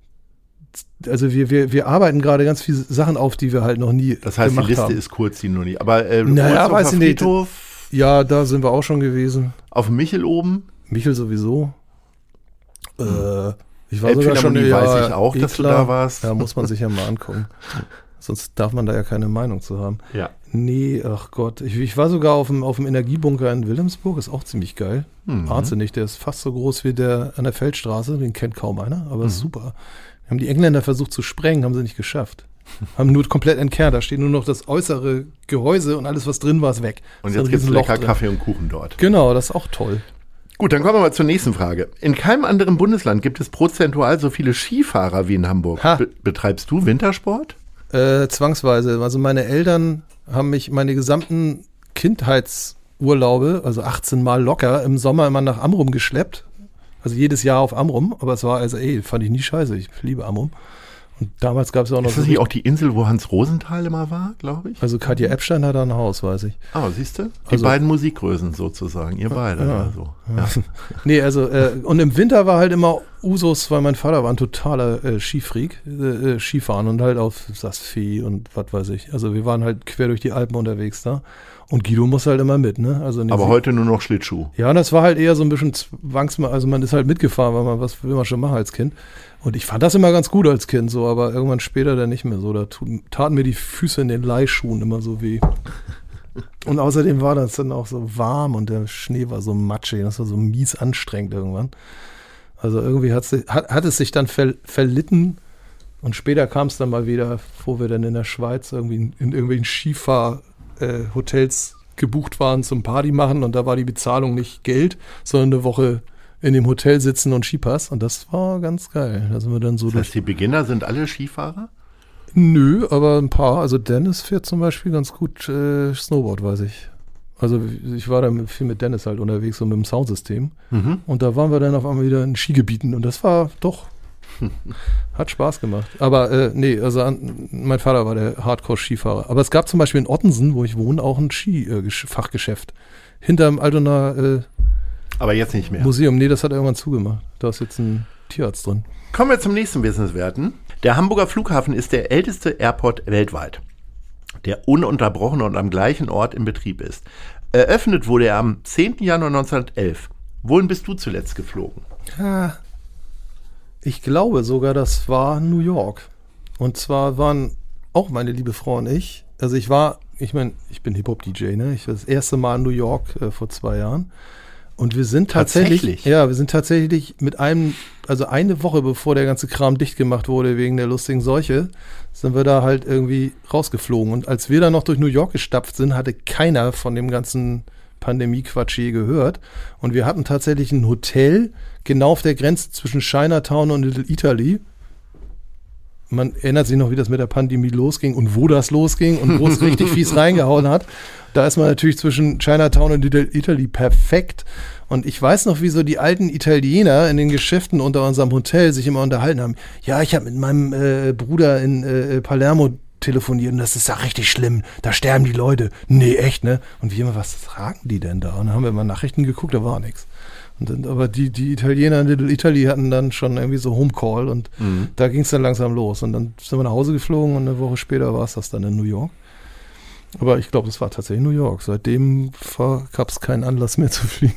also wir, wir, wir arbeiten gerade ganz viele Sachen auf, die wir halt noch nie Das heißt, gemacht die Liste haben. ist kurz, die noch nie. Aber äh, naja, weiß ich nicht. Friedhof, ja, da sind wir auch schon gewesen. auf dem Michel oben? Michel sowieso. Hm. Äh, ich war sogar schon, ja, weiß ich auch, eh dass klar. du da warst. Ja, muss man sich ja mal angucken. Sonst darf man da ja keine Meinung zu haben. Ja. Nee, ach Gott. Ich, ich war sogar auf dem, auf dem Energiebunker in Wilhelmsburg, ist auch ziemlich geil. Mhm. Wahnsinnig, der ist fast so groß wie der an der Feldstraße, den kennt kaum einer, aber mhm. ist super. Haben die Engländer versucht zu sprengen, haben sie nicht geschafft. Haben nur komplett entkernt, da steht nur noch das äußere Gehäuse und alles, was drin war, ist weg. Und jetzt gibt es lecker Kaffee und Kuchen dort. Genau, das ist auch toll. Gut, dann kommen wir mal zur nächsten Frage. In keinem anderen Bundesland gibt es prozentual so viele Skifahrer wie in Hamburg. Be- betreibst du Wintersport? Äh, zwangsweise. Also meine Eltern haben mich meine gesamten Kindheitsurlaube, also achtzehn Mal locker, im Sommer immer nach Amrum geschleppt. Also jedes Jahr auf Amrum. Aber es war, also ey, fand ich nie scheiße. Ich liebe Amrum. Und damals gab es ja auch noch... Ist das nicht auch die Insel, wo Hans Rosenthal immer war, glaube ich? Also Katja Epstein hat da ein Haus, weiß ich. Ah, siehst du? Die also, beiden Musikgrößen sozusagen, ihr beide. Ja, also. ja. Ja. Nee, also äh, und im Winter war halt immer Usus, weil mein Vater war ein totaler äh, Skifreak, äh, Skifahren und halt auf Saas-Fee und was weiß ich. Also wir waren halt quer durch die Alpen unterwegs da. Und Guido muss halt immer mit, ne? Also Aber heute nur noch Schlittschuh. Ja, und das war halt eher so ein bisschen zwangs, also man ist halt mitgefahren, weil man, was will man schon machen als Kind. Und ich fand das immer ganz gut als Kind so, aber irgendwann später dann nicht mehr so. Da taten mir die Füße in den Leihschuhen immer so weh. Und außerdem war das dann auch so warm und der Schnee war so matschig. Das war so mies anstrengend irgendwann. Also irgendwie hat, hat, hat es sich dann ver, verlitten und später kam es dann mal wieder, wo wir dann in der Schweiz irgendwie in, in irgendwelchen Skifahr-Hotels äh, gebucht waren zum Party machen und da war die Bezahlung nicht Geld, sondern eine Woche in dem Hotel sitzen und Skipass und das war ganz geil. Da sind wir dann so das heißt, die Beginner sind alle Skifahrer? Nö, aber ein paar. Also Dennis fährt zum Beispiel ganz gut äh, Snowboard, weiß ich. Also ich war da viel mit Dennis halt unterwegs, so mit dem Soundsystem. Mhm. Und da waren wir dann auf einmal wieder in Skigebieten und das war doch, hat Spaß gemacht. Aber äh, nee, also an, mein Vater war der Hardcore-Skifahrer. Aber es gab zum Beispiel in Ottensen, wo ich wohne, auch ein Ski-Fachgeschäft. Äh, Hinterm Altonaer äh, Aber jetzt nicht mehr. Museum. Nee, das hat irgendwann zugemacht. Da ist jetzt ein Tierarzt drin. Kommen wir zum nächsten Wissenswerten. Der Hamburger Flughafen ist der älteste Airport weltweit, der ununterbrochen und am gleichen Ort in Betrieb ist. Eröffnet wurde er am zehnten Januar neunzehnhundertelf. Wohin bist du zuletzt geflogen? Ja, ich glaube sogar, das war New York. Und zwar waren auch meine liebe Frau und ich, also ich war, ich meine, ich bin Hip-Hop-D J, ne? Ich war das erste Mal in New York äh, vor zwei Jahren. Und wir sind tatsächlich, tatsächlich, ja, wir sind tatsächlich mit einem, also eine Woche bevor der ganze Kram dicht gemacht wurde wegen der lustigen Seuche, sind wir da halt irgendwie rausgeflogen. Und als wir dann noch durch New York gestapft sind, hatte keiner von dem ganzen Pandemie-Quatsch je gehört. Und wir hatten tatsächlich ein Hotel genau auf der Grenze zwischen Chinatown und Little Italy. Man erinnert sich noch, wie das mit der Pandemie losging und wo das losging und wo es richtig fies reingehauen hat. Da ist man natürlich zwischen Chinatown und Little Italy perfekt. Und ich weiß noch, wie so die alten Italiener in den Geschäften unter unserem Hotel sich immer unterhalten haben. Ja, ich habe mit meinem äh, Bruder in äh, Palermo telefoniert und das ist ja richtig schlimm. Da sterben die Leute. Nee, echt, ne? Und wie immer, was tragen die denn da? Und dann haben wir mal Nachrichten geguckt, da war nichts. Und dann, aber die, die Italiener in Little Italy hatten dann schon irgendwie so Homecall und mhm. da ging es dann langsam los. Und dann sind wir nach Hause geflogen und eine Woche später war es das dann in New York. Aber ich glaube, es war tatsächlich New York. Seitdem gab es keinen Anlass mehr zu fliegen.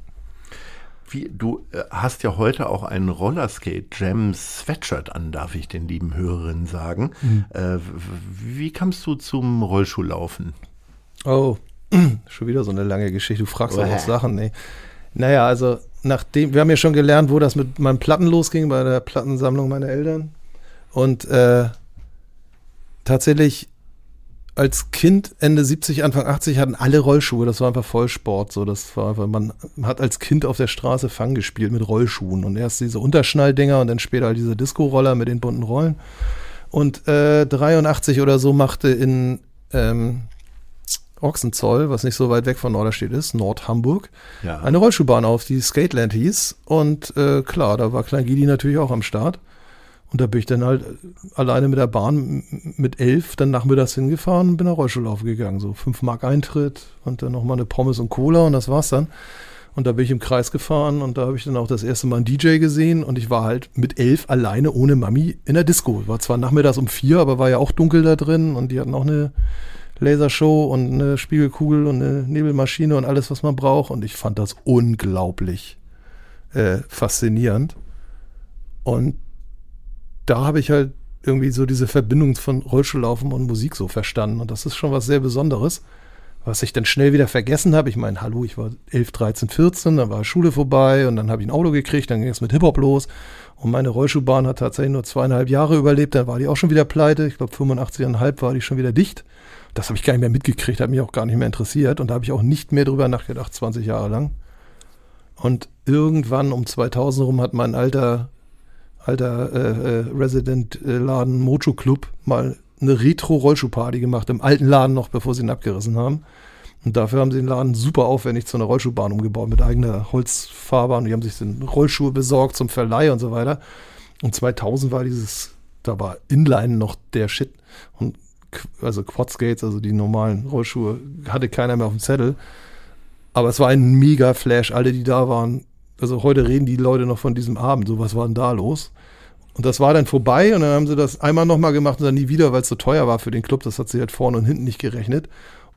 Wie, du äh, hast ja heute auch einen Rollerskate-Jam-Sweatshirt an, darf ich den lieben Hörerinnen sagen. Mhm. Äh, wie kamst du zum Rollschuhlaufen? Oh, schon wieder so eine lange Geschichte. Du fragst auch was Sachen, ey. Naja, also nachdem, wir haben ja schon gelernt, wo das mit meinen Platten losging, bei der Plattensammlung meiner Eltern. Und äh, tatsächlich als Kind, Ende siebzig, Anfang achtzig, hatten alle Rollschuhe. Das war einfach Vollsport. So, das war einfach, man hat als Kind auf der Straße Fang gespielt mit Rollschuhen. Und erst diese Unterschnalldinger und dann später halt diese Disco-Roller mit den bunten Rollen. Und äh, dreiundachtzig oder so machte in ähm, Ochsenzoll, was nicht so weit weg von Norderstedt ist, Nord-Hamburg, ja. eine Rollschuhbahn auf, die Skateland hieß. Und äh, klar, da war Klein Gidi natürlich auch am Start. Und da bin ich dann halt alleine mit der Bahn mit elf dann nachmittags hingefahren und bin nach Rollschuhlaufen gegangen. So fünf Mark Eintritt und dann nochmal eine Pommes und Cola und das war's dann. Und da bin ich im Kreis gefahren und da habe ich dann auch das erste Mal einen D J gesehen und ich war halt mit elf alleine ohne Mami in der Disco. War zwar nachmittags um vier, aber war ja auch dunkel da drin und die hatten auch eine Lasershow und eine Spiegelkugel und eine Nebelmaschine und alles, was man braucht. Und ich fand das unglaublich äh, faszinierend. Und da habe ich halt irgendwie so diese Verbindung von Rollschuhlaufen und Musik so verstanden. Und das ist schon was sehr Besonderes, was ich dann schnell wieder vergessen habe. Ich meine, hallo, ich war elf, dreizehn, vierzehn, dann war Schule vorbei und dann habe ich ein Auto gekriegt, dann ging es mit Hip-Hop los. Und meine Rollschuhbahn hat tatsächlich nur zweieinhalb Jahre überlebt, dann war die auch schon wieder pleite. Ich glaube, fünfundachtzig Komma fünf war die schon wieder dicht. Das habe ich gar nicht mehr mitgekriegt, hat mich auch gar nicht mehr interessiert. Und da habe ich auch nicht mehr drüber nachgedacht, zwanzig Jahre lang. Und irgendwann um zweitausend rum hat mein alter alter äh, äh, Resident-Laden Mojo Club mal eine Retro-Rollschuhparty gemacht, im alten Laden noch, bevor sie ihn abgerissen haben. Und dafür haben sie den Laden super aufwendig zu einer Rollschuhbahn umgebaut, mit eigener Holzfahrbahn. Die haben sich den Rollschuhe besorgt zum Verleih und so weiter. Und zweitausend war dieses, da war Inline noch der Shit. Und also Quadskates, also die normalen Rollschuhe, hatte keiner mehr auf dem Zettel. Aber es war ein mega Flash. Alle, die da waren, also heute reden die Leute noch von diesem Abend, so was war denn da los? Und das war dann vorbei und dann haben sie das einmal nochmal gemacht und dann nie wieder, weil es so teuer war für den Club, das hat sich halt vorne und hinten nicht gerechnet.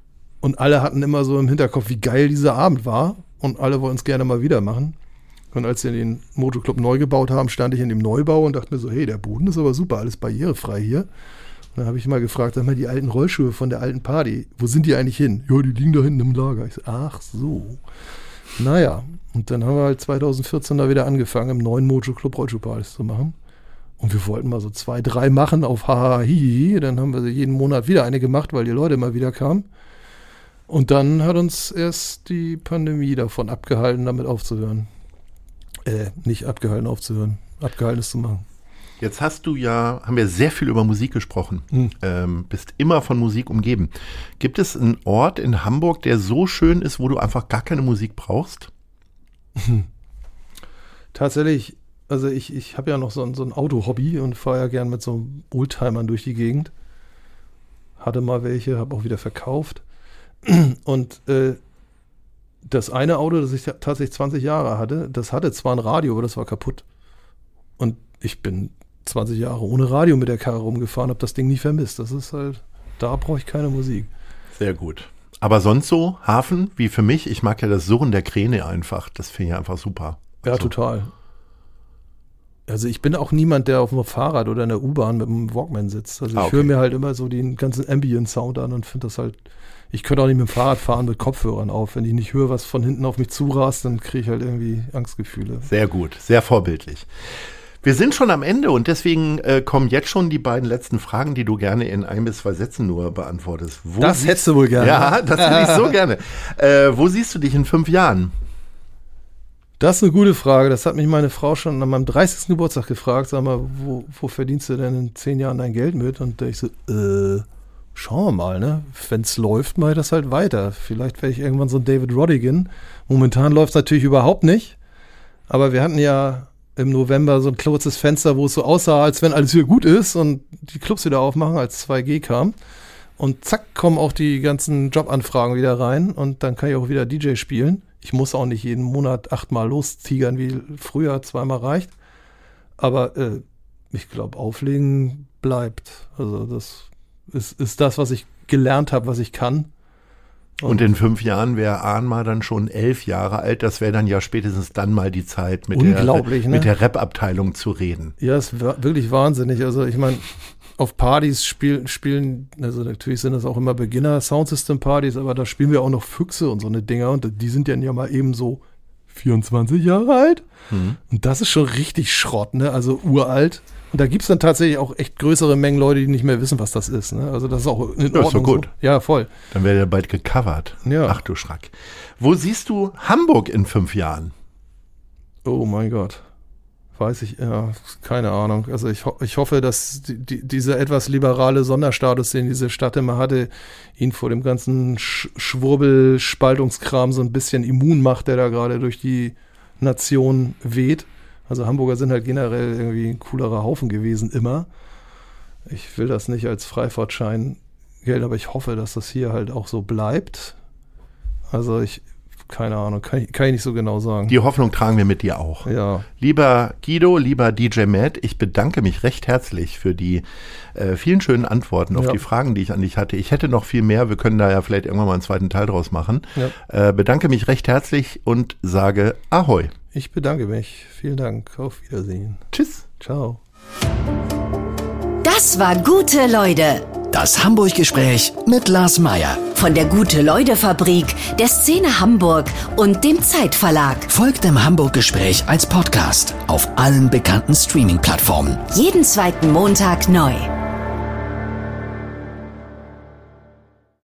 Und alle hatten immer so im Hinterkopf, wie geil dieser Abend war. Und alle wollten es gerne mal wieder machen. Und als sie den Motoclub neu gebaut haben, stand ich in dem Neubau und dachte mir so, hey, der Boden ist aber super, alles barrierefrei hier. Und dann habe ich mal gefragt, sag mal, die alten Rollschuhe von der alten Party, wo sind die eigentlich hin? Ja, die liegen da hinten im Lager. Ich so, ach so. Naja, und dann haben wir halt zwanzig vierzehn da wieder angefangen, im neuen Motoclub Rollschuhpartys zu machen. Und wir wollten mal so zwei, drei machen auf Haha Hihi. Dann haben wir jeden Monat wieder eine gemacht, weil die Leute immer wieder kamen. Und dann hat uns erst die Pandemie davon abgehalten, damit aufzuhören. Äh, nicht abgehalten aufzuhören, abgehalten es zu machen. Jetzt hast du ja, haben wir sehr viel über Musik gesprochen, hm. ähm, bist immer von Musik umgeben. Gibt es einen Ort in Hamburg, der so schön ist, wo du einfach gar keine Musik brauchst? Hm. Tatsächlich, also ich, ich habe ja noch so ein, so ein Auto-Hobby und fahre ja gern mit so Oldtimern durch die Gegend. Hatte mal welche, habe auch wieder verkauft. Und äh, das eine Auto, das ich tatsächlich zwanzig Jahre hatte, das hatte zwar ein Radio, aber das war kaputt. Und ich bin zwanzig Jahre ohne Radio mit der Karre rumgefahren, habe das Ding nie vermisst. Das ist halt, da brauche ich keine Musik. Sehr gut. Aber sonst so, Hafen, wie für mich, ich mag ja das Surren der Kräne einfach. Das finde ich einfach super. Ja, also. Total. Also ich bin auch niemand, der auf dem Fahrrad oder in der U-Bahn mit einem Walkman sitzt. Also ich ah, okay. höre mir halt immer so den ganzen Ambient-Sound an und finde das halt, ich könnte auch nicht mit dem Fahrrad fahren mit Kopfhörern auf. Wenn ich nicht höre, was von hinten auf mich zurast, dann kriege ich halt irgendwie Angstgefühle. Sehr gut, sehr vorbildlich. Wir sind schon am Ende und deswegen äh, kommen jetzt schon die beiden letzten Fragen, die du gerne in ein bis zwei Sätzen nur beantwortest. Wo das siehst, hättest du wohl gerne. Ja, das hätte ich so gerne. Äh, wo siehst du dich in fünf Jahren? Das ist eine gute Frage. Das hat mich meine Frau schon an meinem dreißigsten Geburtstag gefragt. Sag mal, wo, wo verdienst du denn in zehn Jahren dein Geld mit? Und da ich so, äh, schauen wir mal, ne? Wenn es läuft, mache ich das halt weiter. Vielleicht werde ich irgendwann so ein David Rodigan. Momentan läuft es natürlich überhaupt nicht. Aber wir hatten ja im November so ein kurzes Fenster, wo es so aussah, als wenn alles wieder gut ist und die Clubs wieder aufmachen, als zwei G kam. Und zack, kommen auch die ganzen Jobanfragen wieder rein und dann kann ich auch wieder D J spielen. Ich muss auch nicht jeden Monat achtmal lostigern, wie früher, zweimal reicht. Aber äh, ich glaube, auflegen bleibt. Also das ist, ist das, was ich gelernt habe, was ich kann. Und, und in fünf Jahren wäre Ahnma dann schon elf Jahre alt. Das wäre dann ja spätestens dann mal die Zeit, mit der, ne? mit der Rap-Abteilung zu reden. Ja, es war wirklich wahnsinnig. Also ich meine, auf Partys spiel, spielen, also natürlich sind das auch immer Beginner-Soundsystem-Partys, aber da spielen wir auch noch Füchse und so eine Dinger und die sind dann ja mal eben so vierundzwanzig Jahre alt. Mhm. Und das ist schon richtig Schrott, ne? Also uralt. Und da gibt es dann tatsächlich auch echt größere Mengen Leute, die nicht mehr wissen, was das ist. Ne? Also das ist auch in Ordnung. Ja, ist so gut. So. Ja, voll. Dann wäre der bald gecovert. Ja. Ach du Schreck. Wo siehst du Hamburg in fünf Jahren? Oh mein Gott. Weiß ich, ja, keine Ahnung. Also ich, ho- ich hoffe, dass die, die, dieser etwas liberale Sonderstatus, den diese Stadt immer hatte, ihn vor dem ganzen Sch- Schwurbel-Spaltungskram so ein bisschen immun macht, der da gerade durch die Nation weht. Also Hamburger sind halt generell irgendwie ein coolerer Haufen gewesen, immer. Ich will das nicht als Freifahrtschein gelten, aber ich hoffe, dass das hier halt auch so bleibt. Also ich, keine Ahnung, kann ich, kann ich nicht so genau sagen. Die Hoffnung tragen wir mit dir auch. Ja. Lieber Guido, lieber D J Matt, ich bedanke mich recht herzlich für die äh, vielen schönen Antworten auf ja. die Fragen, die ich an dich hatte. Ich hätte noch viel mehr, wir können da ja vielleicht irgendwann mal einen zweiten Teil draus machen. Ja. Äh, bedanke mich recht herzlich und sage Ahoi. Ich bedanke mich. Vielen Dank. Auf Wiedersehen. Tschüss. Ciao. Das war Gute Leute. Das Hamburg-Gespräch mit Lars Meier. Von der Gute-Leute-Fabrik, der Szene Hamburg und dem Zeitverlag. Folgt dem Hamburg-Gespräch als Podcast auf allen bekannten Streaming-Plattformen. Jeden zweiten Montag neu.